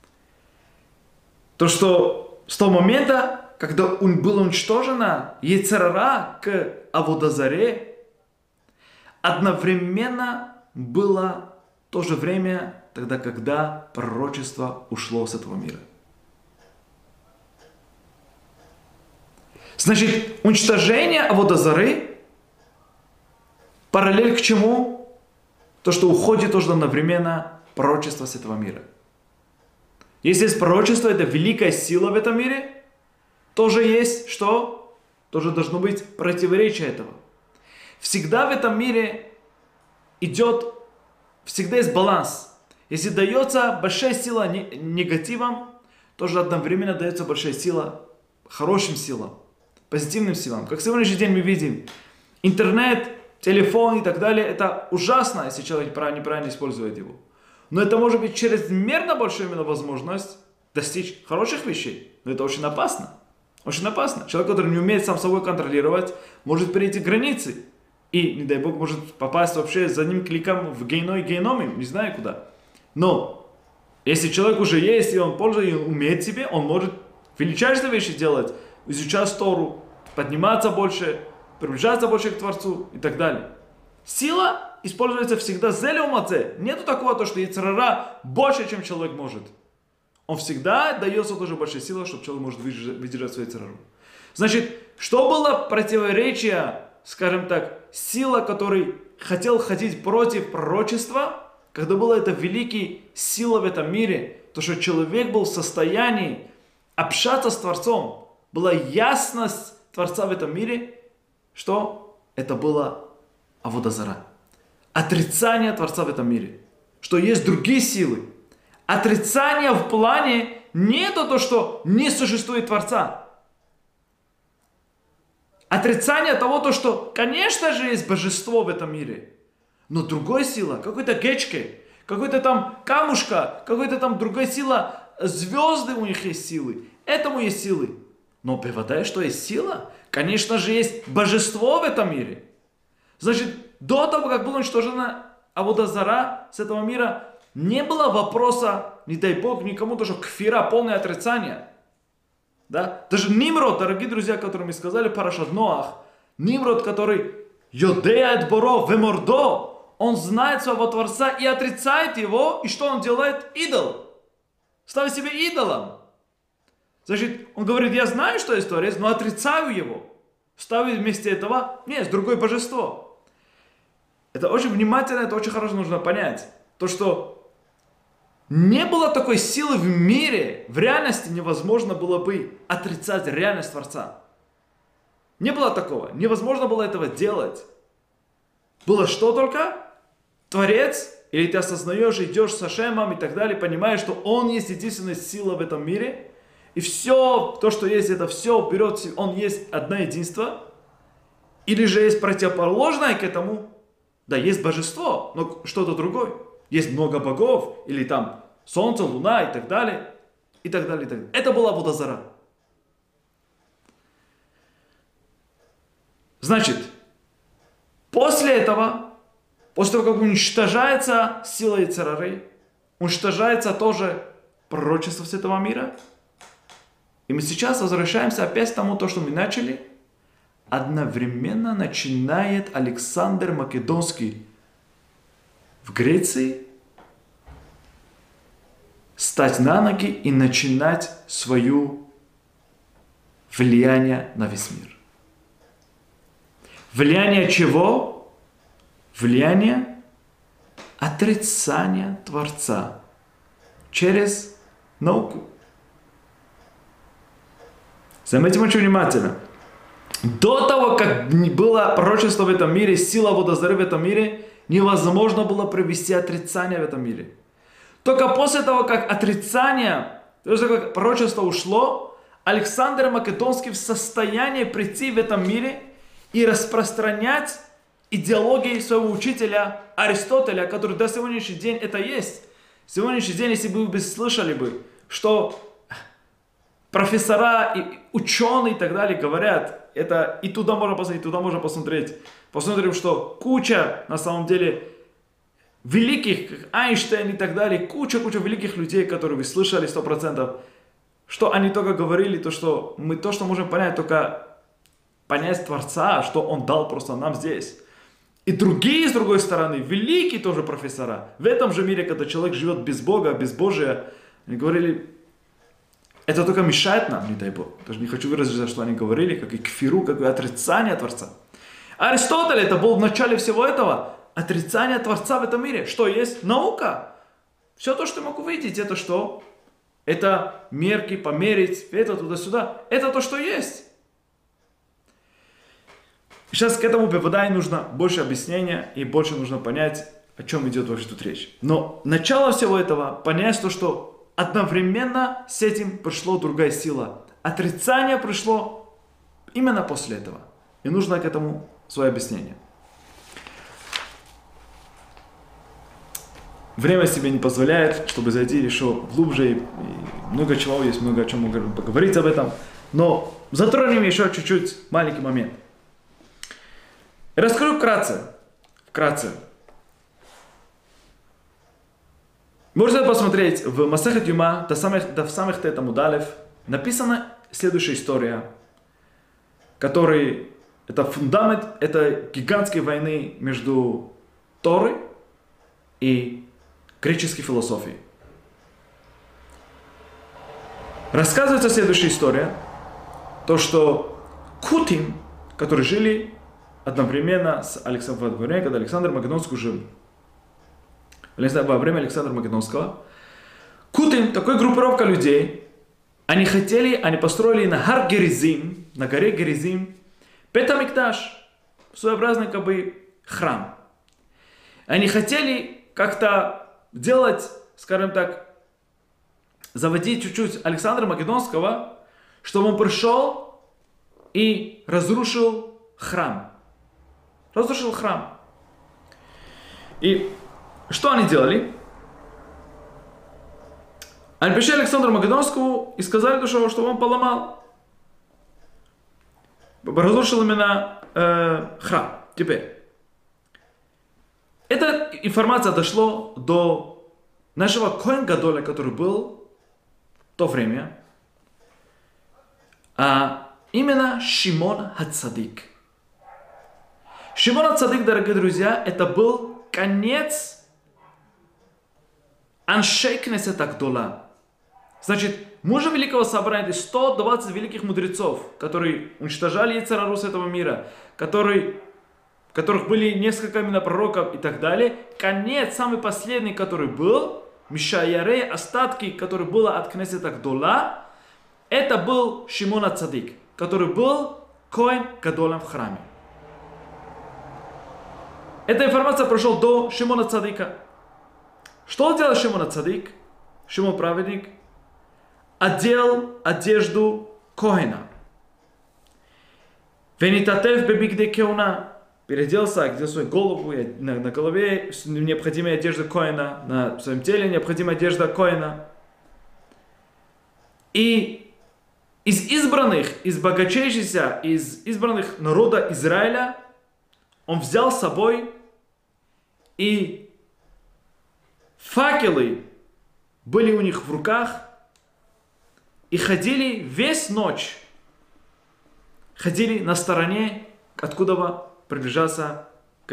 то, что с того момента, когда было уничтожено яйцер ара к авода заре, одновременно было то же время, тогда, когда пророчество ушло с этого мира. Значит, уничтожение авода зары параллель к чему? То, что уходит тоже одновременно пророчество с этого мира. Если есть пророчество, это великая сила в этом мире, тоже есть что? Тоже должно быть противоречие этого. Всегда в этом мире всегда есть баланс. Если дается большая сила негативам, тоже одновременно дается большая сила хорошим силам, позитивным силам. Как в сегодняшний день мы видим, интернет, телефон и так далее, это ужасно, если человек неправильно использует его. Но это может быть чрезмерно большая именно возможность достичь хороших вещей. Но это очень опасно. Очень опасно. Человек, который не умеет сам собой контролировать, может перейти границы. И, не дай бог, может попасть вообще за одним кликом в геноме, не знаю куда. Но, если человек уже есть, и он пользуется, и он умеет себе, он может величайшие вещи делать, изучать Тору, подниматься больше, приближаться больше к Творцу и так далее. Сила используется всегда зелеумаце. Нету такого, что яйцер ара больше, чем человек может. Он всегда дается тоже большая сила, чтобы человек может выдержать свою яйцер ару. Значит, что было противоречие, скажем так, сила, который хотел ходить против пророчества, когда была эта великая сила в этом мире, то, что человек был в состоянии общаться с Творцом, была ясность Творца в этом мире, что это было авода зара. Отрицание Творца в этом мире. Что есть другие силы. Отрицание в плане не то, что не существует Творца. Отрицание того, что, конечно же, есть божество в этом мире. Но другая сила, какой-то гечке, какой-то там камушка, какой-то там другая сила, звезды у них есть силы. Этому есть силы. Но бевадай, что есть сила? Конечно же, есть божество в этом мире. Значит, до того, как была уничтожена Авода Зара с этого мира, не было вопроса, не дай Бог, никому тоже кфира, полное отрицание. Да? Даже Нимрод, дорогие друзья, которые мы сказали, Парашат Ноах, Нимрод, который Йодеет Боро Вемордо, он знает своего Творца и отрицает его, и что он делает? Идол. Ставит себе идолом. Значит, он говорит, я знаю, что есть Творец, но отрицаю его. Ставит вместе этого, нет, другое божество. Это очень внимательно, это очень хорошо нужно понять. То, что не было такой силы в мире, в реальности невозможно было бы отрицать реальность Творца. Не было такого, невозможно было этого делать. Было что только? Творец, или ты осознаешь, идешь с Ашемом и так далее, понимаешь, что Он есть единственная сила в этом мире, и все, то, что есть, это все берет, Он есть одно единство, или же есть противоположное к этому, да, есть божество, но что-то другое. Есть много богов, или там солнце, луна и так далее, и так далее, и так далее. Это была Авода Зара. Значит, после этого, после того, как уничтожается сила Йецер Гара, уничтожается тоже пророчество с этого мира, и мы сейчас возвращаемся опять к тому, что мы начали. Одновременно начинает Александр Македонский в Греции стать на ноги и начинать свое влияние на весь мир. Влияние чего? Влияние отрицания Творца через науку. Заметьте очень внимательно. До того, как было пророчество в этом мире, сила Авода Зары в этом мире, невозможно было провести отрицание в этом мире. Только после того, как отрицание, то есть как пророчество ушло, Александр Македонский в состоянии прийти в этом мире и распространять идеологии своего учителя Аристотеля, который до сегодняшнего дня это есть. Сегодняшний день, если бы вы слышали бы, что профессора, и ученые и так далее говорят, это и туда можно посмотреть, и туда можно посмотреть. Посмотрим, что куча, на самом деле, великих, как Эйнштейн и так далее, куча великих людей, которые вы слышали 100%, что они только говорили, то, что мы то, что можем понять, только понять Творца, что Он дал просто нам здесь. И другие, с другой стороны, великие тоже профессора, в этом же мире, когда человек живет без Бога, без Божия, они говорили, это только мешает нам, не дай Бог. Даже не хочу выразить, что они говорили, как и кфиру, как и отрицание Творца. Аристотель, это был в начале всего этого, отрицание Творца в этом мире. Что есть? Наука. Все то, что я могу видеть, это что? Это мерки, померить, это туда-сюда. Это то, что есть. Сейчас к этому Бевадай нужно больше объяснения и больше нужно понять, о чем идет вообще тут речь. Но начало всего этого понять то, что одновременно с этим пришло другая сила. Отрицание пришло именно после этого. И нужно к этому свое объяснение. Время себе не позволяет, чтобы зайти еще глубже. И много чего есть, много о чем мы поговорить об этом. Но затронем еще чуть-чуть маленький момент. Раскрою вкратце. Можете посмотреть в Масехет Юма, до самых Тет Амуд Алеф, написана следующая история, который это фундамент, это гигантской войны между Торой и греческой философией. Рассказывается следующая история, то что Кутим, которые жили одновременно с Александром, когда Александр Македонский жил. Во время Александра Македонского. Кутим, такая группировка людей, они построили на Хар Геризим, на горе Геризим, Бет ха-Микдаш, своеобразный как бы храм. Они хотели как-то делать, скажем так, заводить чуть-чуть Александра Македонского, чтобы он пришел и разрушил храм. И что они делали? Они пришли Александру Македонскому и сказали, что он поломал. разрушил именно храм. Теперь, эта информация дошла до нашего Коэн Гадоля, который был в то время, а именно Шимон ха-Цадик. Шимон ха-Цадик, дорогие друзья, это был конец Аншей Кнесета Гдола. Значит, мужа Великого Собрания, 120 великих мудрецов, которые уничтожали Йецер Ара с этого мира, которых были несколько именно пророков и так далее. Конец, самый последний, который был, Мишаяре, остатки, которые было от Кнесета Гдола, это был Шимон ха-Цадик, который был Коэн Гадолем в храме. Эта информация прошла до Шимона ха-Цадика. Что делал Шимон ха-Цадик? Шимон праведник одел одежду Коэна. Венитатев бебигде кеуна. Переоделся, одел свою голову, на голове необходимая одежда Коэна, на своем теле необходимая одежда Коэна. И из избранных, из богатейшихся, из избранных народа Израиля, он взял с собой и факелы были у них в руках, и ходили весь ночь, ходили на стороне, откуда приближался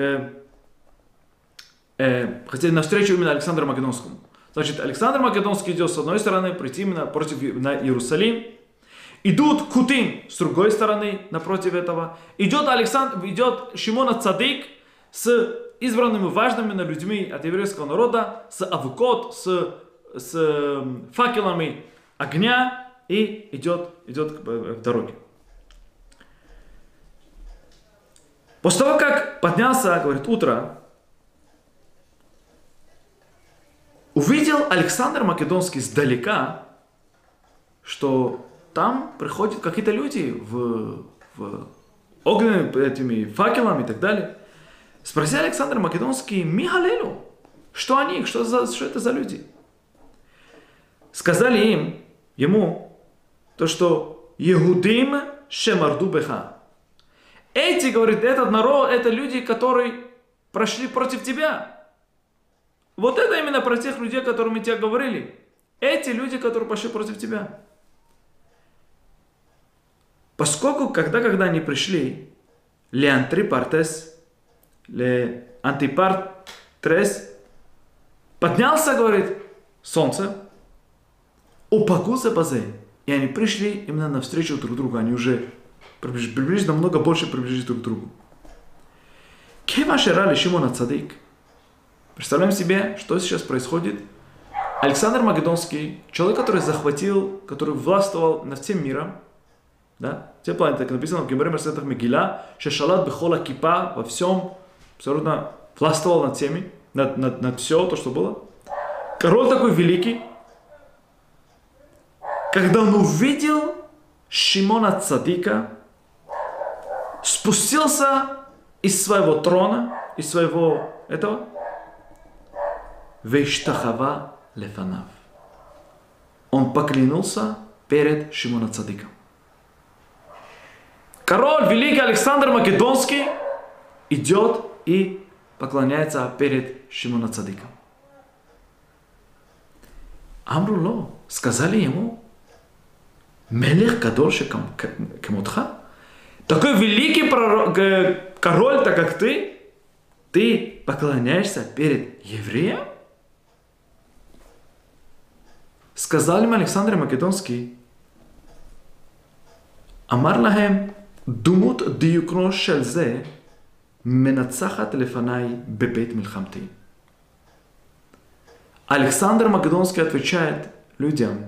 хотели навстречу именно Александру Македонскому. Значит, Александр Македонский идет с одной стороны, прийти именно против на Иерусалим. Идут Кутим с другой стороны, напротив этого. Идет Шимон ха-Цадик с избранными важными людьми от еврейского народа, с авукот, с факелами огня, и идет в дороге. После того, как поднялся, говорит, утро, увидел Александр Македонский сдалека, что там приходят какие-то люди в огненными этими факелами и так далее. Спросил Александр Македонский, Михалелу, что они, что это за люди? Сказали ему, то, что Егудим шемарду беха. Эти, говорит, этот народ, это люди, которые прошли против тебя. Вот это именно про тех людей, о которых мы тебе говорили. Эти люди, которые пошли против тебя. Поскольку, когда они пришли, Антипартрес поднялся, говорит, солнце, упакуся базе, и они пришли именно навстречу друг другу, они уже приблизились, намного больше приблизились друг к другу. Кема шерали Шимон ха-Цадик. Представляем себе, что сейчас происходит. Александр Македонский, человек, который захватил, который властвовал над всем миром, да? Все планеты, как написано в Гемаре Мерсетах Мегила, Шешалат Бехола Кипа, во всем, абсолютно властвовал над всеми, над все то, что было. Король такой великий, когда он увидел Шимона ха-Цадика, спустился из своего трона, из своего этого, Вейштахава лефанав. Он поклянился перед Шимоном ха-Цадиком. Король, великий Александр Македонский, идет и поклоняется перед Шимоном ха-Цадиком. Амруло, сказали ему, Мелех Кадорши Камутха, такой великий король, так как ты поклоняешься перед евреем? Сказал им Александр Македонский, Амар лахем думут диюкно шельзе менацахат лефанай бебет милхамти. Александр Македонский отвечает людям,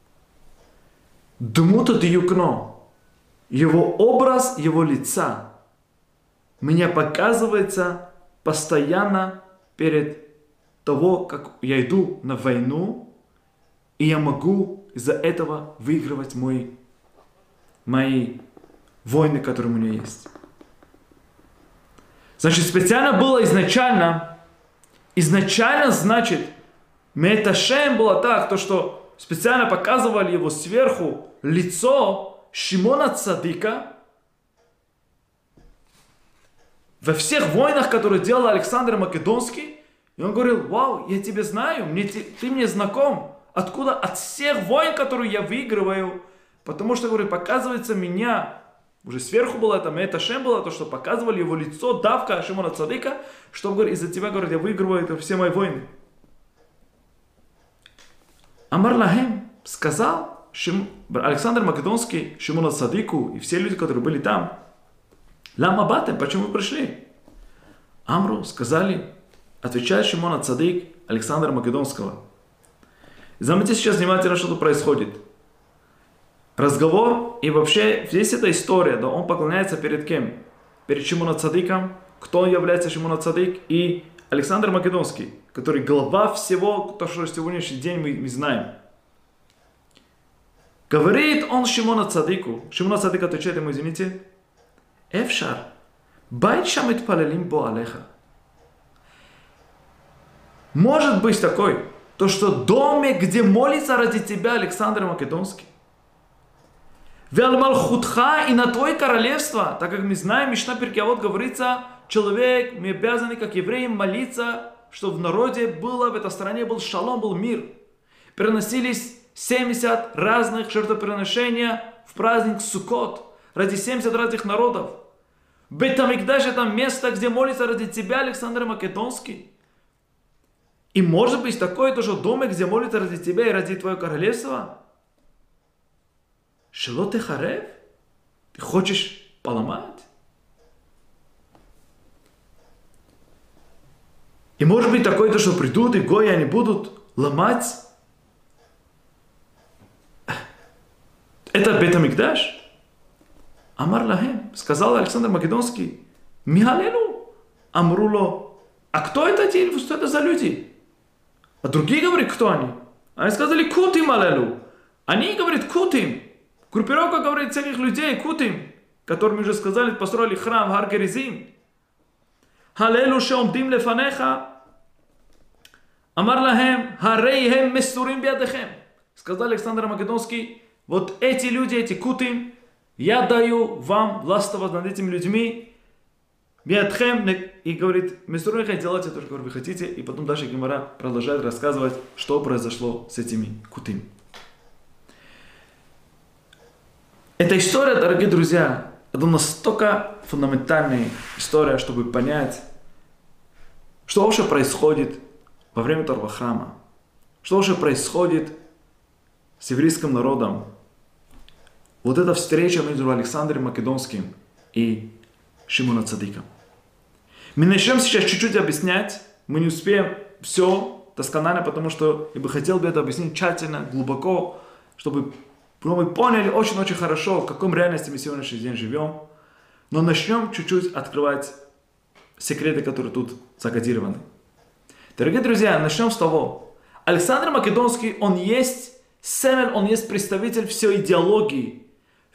думут диюкно, его образ, его лица мне показывается постоянно перед того, как я иду на войну, и я могу из-за этого выигрывать мои войны, которые у меня есть. Значит, специально было изначально, значит, Меташем было так, то, что специально показывали его сверху лицо Шимона ха-Цадика, во всех войнах, которые делал Александр Македонский, и он говорил: вау, я тебя знаю, ты мне знаком. Откуда? От всех войн, которые я выигрываю. Потому что, говорит, показывается меня, уже сверху было это, Меэт Ашем было, то, что показывали его лицо, давка Шимона Цадыка, что, говорит, из-за тебя, говорит, я выигрываю это все мои войны. Амар Лахем сказал Александр Македонский Шимона Цадыку и все люди, которые были там: Лама батем, почему вы пришли? Амру сказали, отвечает Шимона Цадык Александра Македонского. Заметьте сейчас внимательно, что тут происходит. Разговор и вообще здесь эта история, да, он поклоняется перед кем? Перед Шимона Цадыком. Кто является Шимона Цадык? И Александр Македонский, который глава всего, то, что сегодняшний день мы знаем. Говорит он Шимона Цадыку. Шимона Цадык отвечает ему: извините, Эфшар, байт шамит палелим бо алеха. Может быть такой, то что доме, где молится ради тебя Александр Македонский. Вялмалхутха, и на твое королевство, так как мы знаем, Мишна Перкей Авот говорится, человек, мы обязаны, как евреи, молиться, что в народе было, в этой стране был шалом, был мир. Переносились 70 разных жертвоприношения в праздник Суккот ради 70 разных народов. Бет-Амикдаш — это место, где молится ради тебя Александр Македонский. И может быть такое тоже доме, где молится ради тебя и ради твоего королевства? Шело ты харев? Ты хочешь поломать? И может быть такое то, что придут и гои, они будут ломать. Это Бет-Амикдаш? Амар Лахем, сказал Александр Македонский: Михалелу, Амруло. А кто это те, что это за люди? А другие говорят, кто они? Они сказали: Кутим Алелу. Они говорят: Кутим. Группировка, говорит, всяких людей, Кутим, которым уже сказали, построили храм Хар Геризим. Халелу шеомдим лефанеха. Амар Лахем, харейхем месурим биадехем. Сказал Александр Македонский: вот эти люди, эти Кутим, я даю вам властвовать над этими людьми. Биадхем, и говорит, месурим, делайте то, что вы хотите. И потом дальше Гемара продолжает рассказывать, что произошло с этими Кутим. Эта история, дорогие друзья, это настолько фундаментальная история, чтобы понять, что вообще происходит во время Второго храма, что вообще происходит с еврейским народом. Вот эта встреча между Александром Македонским и Шимоном Цадыком. Мы начнем сейчас чуть-чуть объяснять, мы не успеем все досконально, потому что я бы хотел это объяснить тщательно, глубоко, чтобы мы поняли очень-очень хорошо, в каком реальности мы сегодняшний день живем. Но начнем чуть-чуть открывать секреты, которые тут закодированы. Дорогие друзья, начнем с того. Александр Македонский, он есть семель, он есть представитель всей идеологии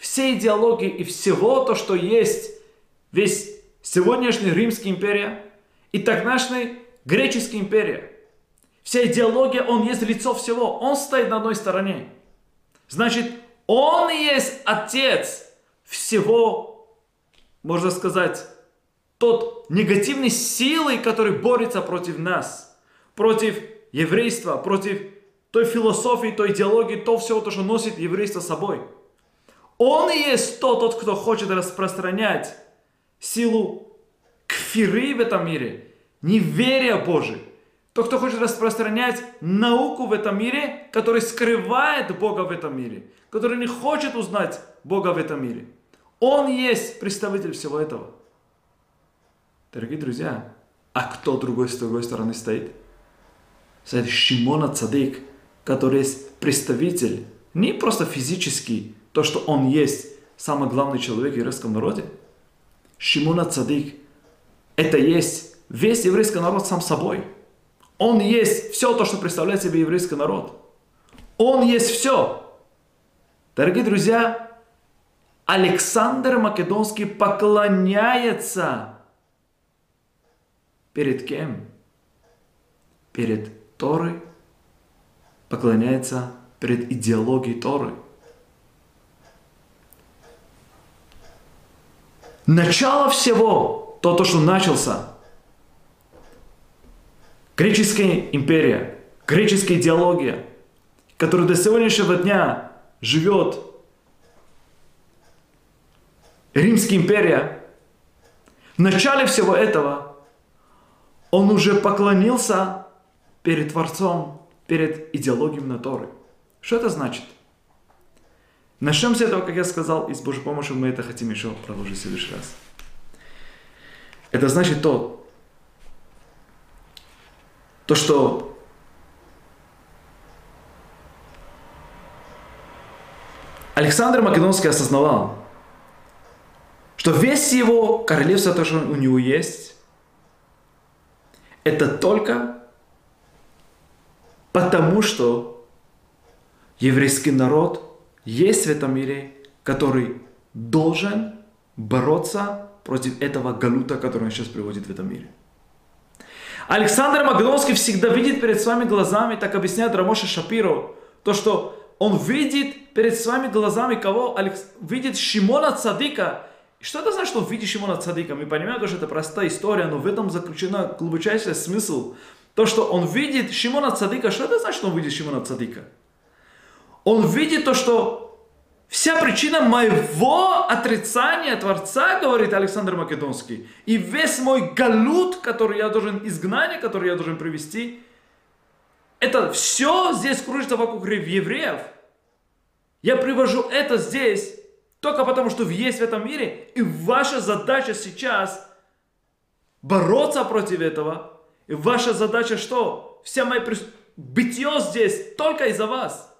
и всего то, что есть весь сегодняшняя Римская империя и тогдашняя Греческая империя. Вся идеология, он есть лицо всего, он стоит на одной стороне. Значит, он есть отец всего, можно сказать, тот негативной силы, который борется против нас, против еврейства, против той философии, той идеологии, то всего, то, что носит еврейство с собой. Он и есть тот, кто хочет распространять силу кфиры в этом мире, неверия Божия. Тот, кто хочет распространять науку в этом мире, который скрывает Бога в этом мире, который не хочет узнать Бога в этом мире. Он есть представитель всего этого. Дорогие друзья, а кто с другой стороны стоит? Стоит Шимон Цадык, который есть представитель, не просто физический, то, что он есть самый главный человек в еврейском народе. Шимон Цадык, это есть весь еврейский народ сам собой. Он есть все то, что представляет себе еврейский народ. Он есть все. Дорогие друзья, Александр Македонский поклоняется перед кем? Перед Торой. Поклоняется перед идеологией Торы. Начало всего то, что начался. Греческая империя, греческая идеология, которая до сегодняшнего дня живет. Римская империя. В начале всего этого он уже поклонился перед Творцом, перед идеологией на Торы. Что это значит? Начнем с этого, как я сказал, и с Божьей помощью мы это хотим еще продолжить в следующий раз. Это значит то, что Александр Македонский осознавал, что весь его королевство, то, что у него есть, это только потому, что еврейский народ есть в этом мире, который должен бороться против этого галута, который он сейчас приводит в этом мире. Александр Македонский всегда видит перед своими глазами, так объясняет Рамоша Шапиро, то, что он видит перед своими глазами кого? Видит Шимона Цадика. Что это значит, что он видит Шимона Цадика? Мы понимаем, что это простая история, но в этом заключен глубочайший смысл. То, что он видит Шимона Цадика, что это значит, что он видит Шимона Цадика? Он видит то, что вся причина моего отрицания Творца, говорит Александр Македонский, и весь мой галут, который я должен, изгнание, которое я должен привести, это все здесь кружится вокруг евреев. Я привожу это здесь только потому, что есть в этом мире, и ваша задача сейчас бороться против этого. И ваша задача что? Вся моя бытие здесь только из-за вас.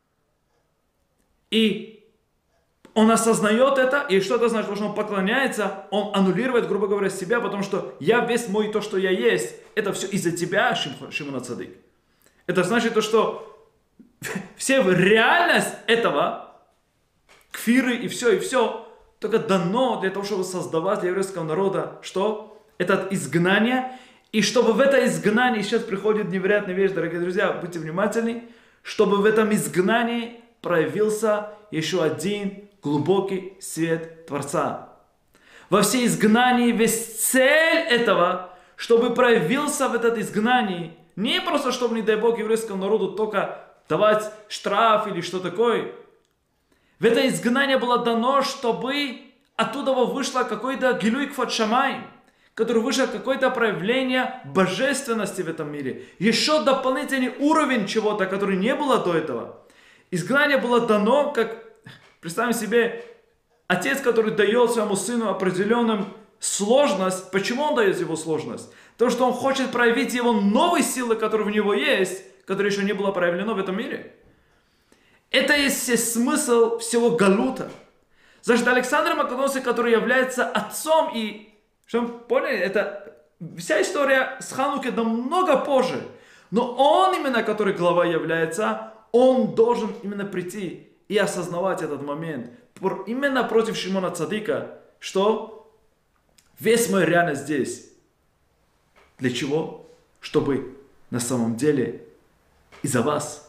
И он осознает это, и что это значит? Потому что он поклоняется, он аннулирует, грубо говоря, себя, потому что я весь мой, то, что я есть, это все из-за тебя, Шимон Цадик. Это значит то, что вся реальность этого, кфиры и все, только дано для того, чтобы создавать для еврейского народа, что? Это изгнание. И чтобы в это изгнании, сейчас приходит невероятная вещь, дорогие друзья, будьте внимательны, чтобы в этом изгнании проявился еще один глубокий свет Творца. Во всей изгнании весь цель этого, чтобы проявился в этом изгнании, не просто, чтобы, не дай Бог, еврейскому народу только давать штраф или что такое. В это изгнание было дано, чтобы оттуда вышло какой-то гилуй кфат шамай, который вышло какое-то проявление божественности в этом мире. Еще дополнительный уровень чего-то, который не было до этого. Изгнание было дано, как, представим себе, отец, который дает своему сыну определенную сложность. Почему он дает его сложность? Потому что он хочет проявить его новые силы, которые в него есть, которые еще не было проявлено в этом мире. Это есть смысл всего галута. Значит, Александр Македонский, который является отцом, и, чтобы вы поняли, это вся история с Ханукой намного позже. Но он именно, который глава является, он должен именно прийти и осознавать этот момент. Именно против Шимона Цадика, что весь мой реальность здесь. Для чего? Чтобы на самом деле из-за вас,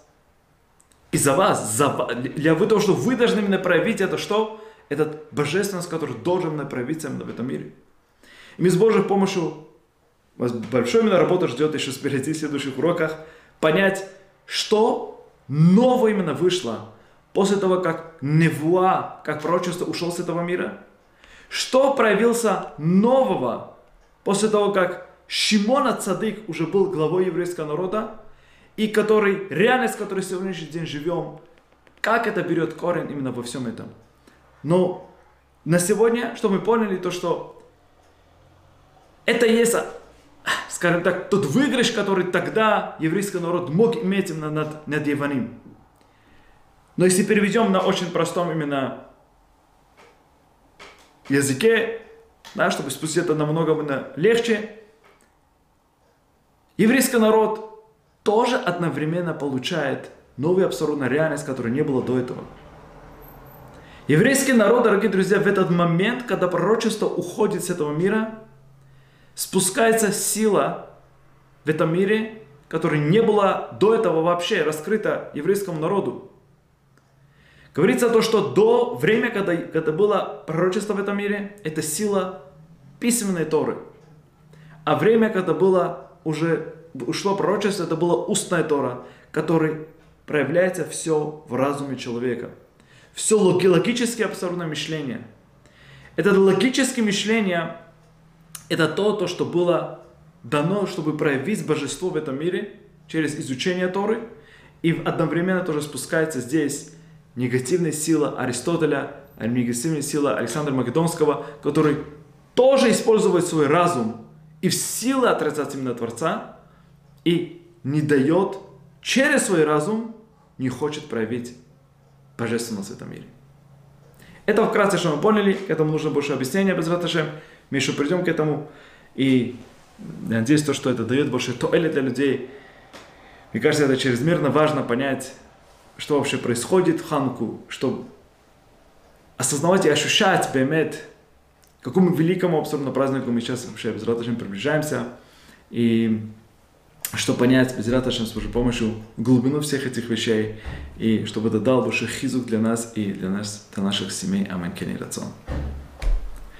для того, что вы должны именно проявить это, что? Этот божественность, который должен проявиться именно в этом мире. И мы с Божьей помощью, вас большой именно работа ждет еще впереди в следующих уроках, понять, что новое именно вышло после того, как Невуа, как пророчество, ушел с этого мира. Что проявился нового после того, как Шимона Цадик уже был главой еврейского народа, и который, реальность, в которой сегодняшний день живем, как это берет корень именно во всем этом. Но на сегодня, что мы поняли, то что это есть, скажем так, тот выигрыш, который тогда еврейский народ мог иметь именно над Яваним. Но если переведем на очень простом именно языке, да, чтобы спустить это намного легче, еврейский народ тоже одновременно получает новую абсолютно реальность, которой не было до этого. Еврейский народ, дорогие друзья, в этот момент, когда пророчество уходит с этого мира, спускается сила в этом мире, которая не была до этого вообще раскрыта еврейскому народу. Говорится то, что до времени, когда было пророчество в этом мире, эта сила письменной Торы. А время, когда было уже ушло пророчество, это была устная Тора, которой проявляется все в разуме человека. Все логически абсурдное мышление. Это логическое мышление, это то, что было дано, чтобы проявить божество в этом мире через изучение Торы. И одновременно тоже спускается здесь негативная сила Аристотеля, негативная сила Александра Македонского, который тоже использует свой разум и в силу отрицать именно Творца, и не дает через свой разум, не хочет проявить божественность в этом мире. Это вкратце, что мы поняли, к этому нужно больше объяснения, без раташем. Мы еще придем к этому, и я надеюсь, что это дает больше тоэля для людей. Мне кажется, это чрезмерно важно понять, что вообще происходит в Хануку, чтобы осознавать и ощущать, бемет, к какому великому абсолютно празднику мы сейчас вообще без раташем приближаемся, и что понять без раташем с Божьей помощью глубину всех этих вещей, и чтобы это дал больше хизук для нас и для наших семей. Аминь. Кен и рацон.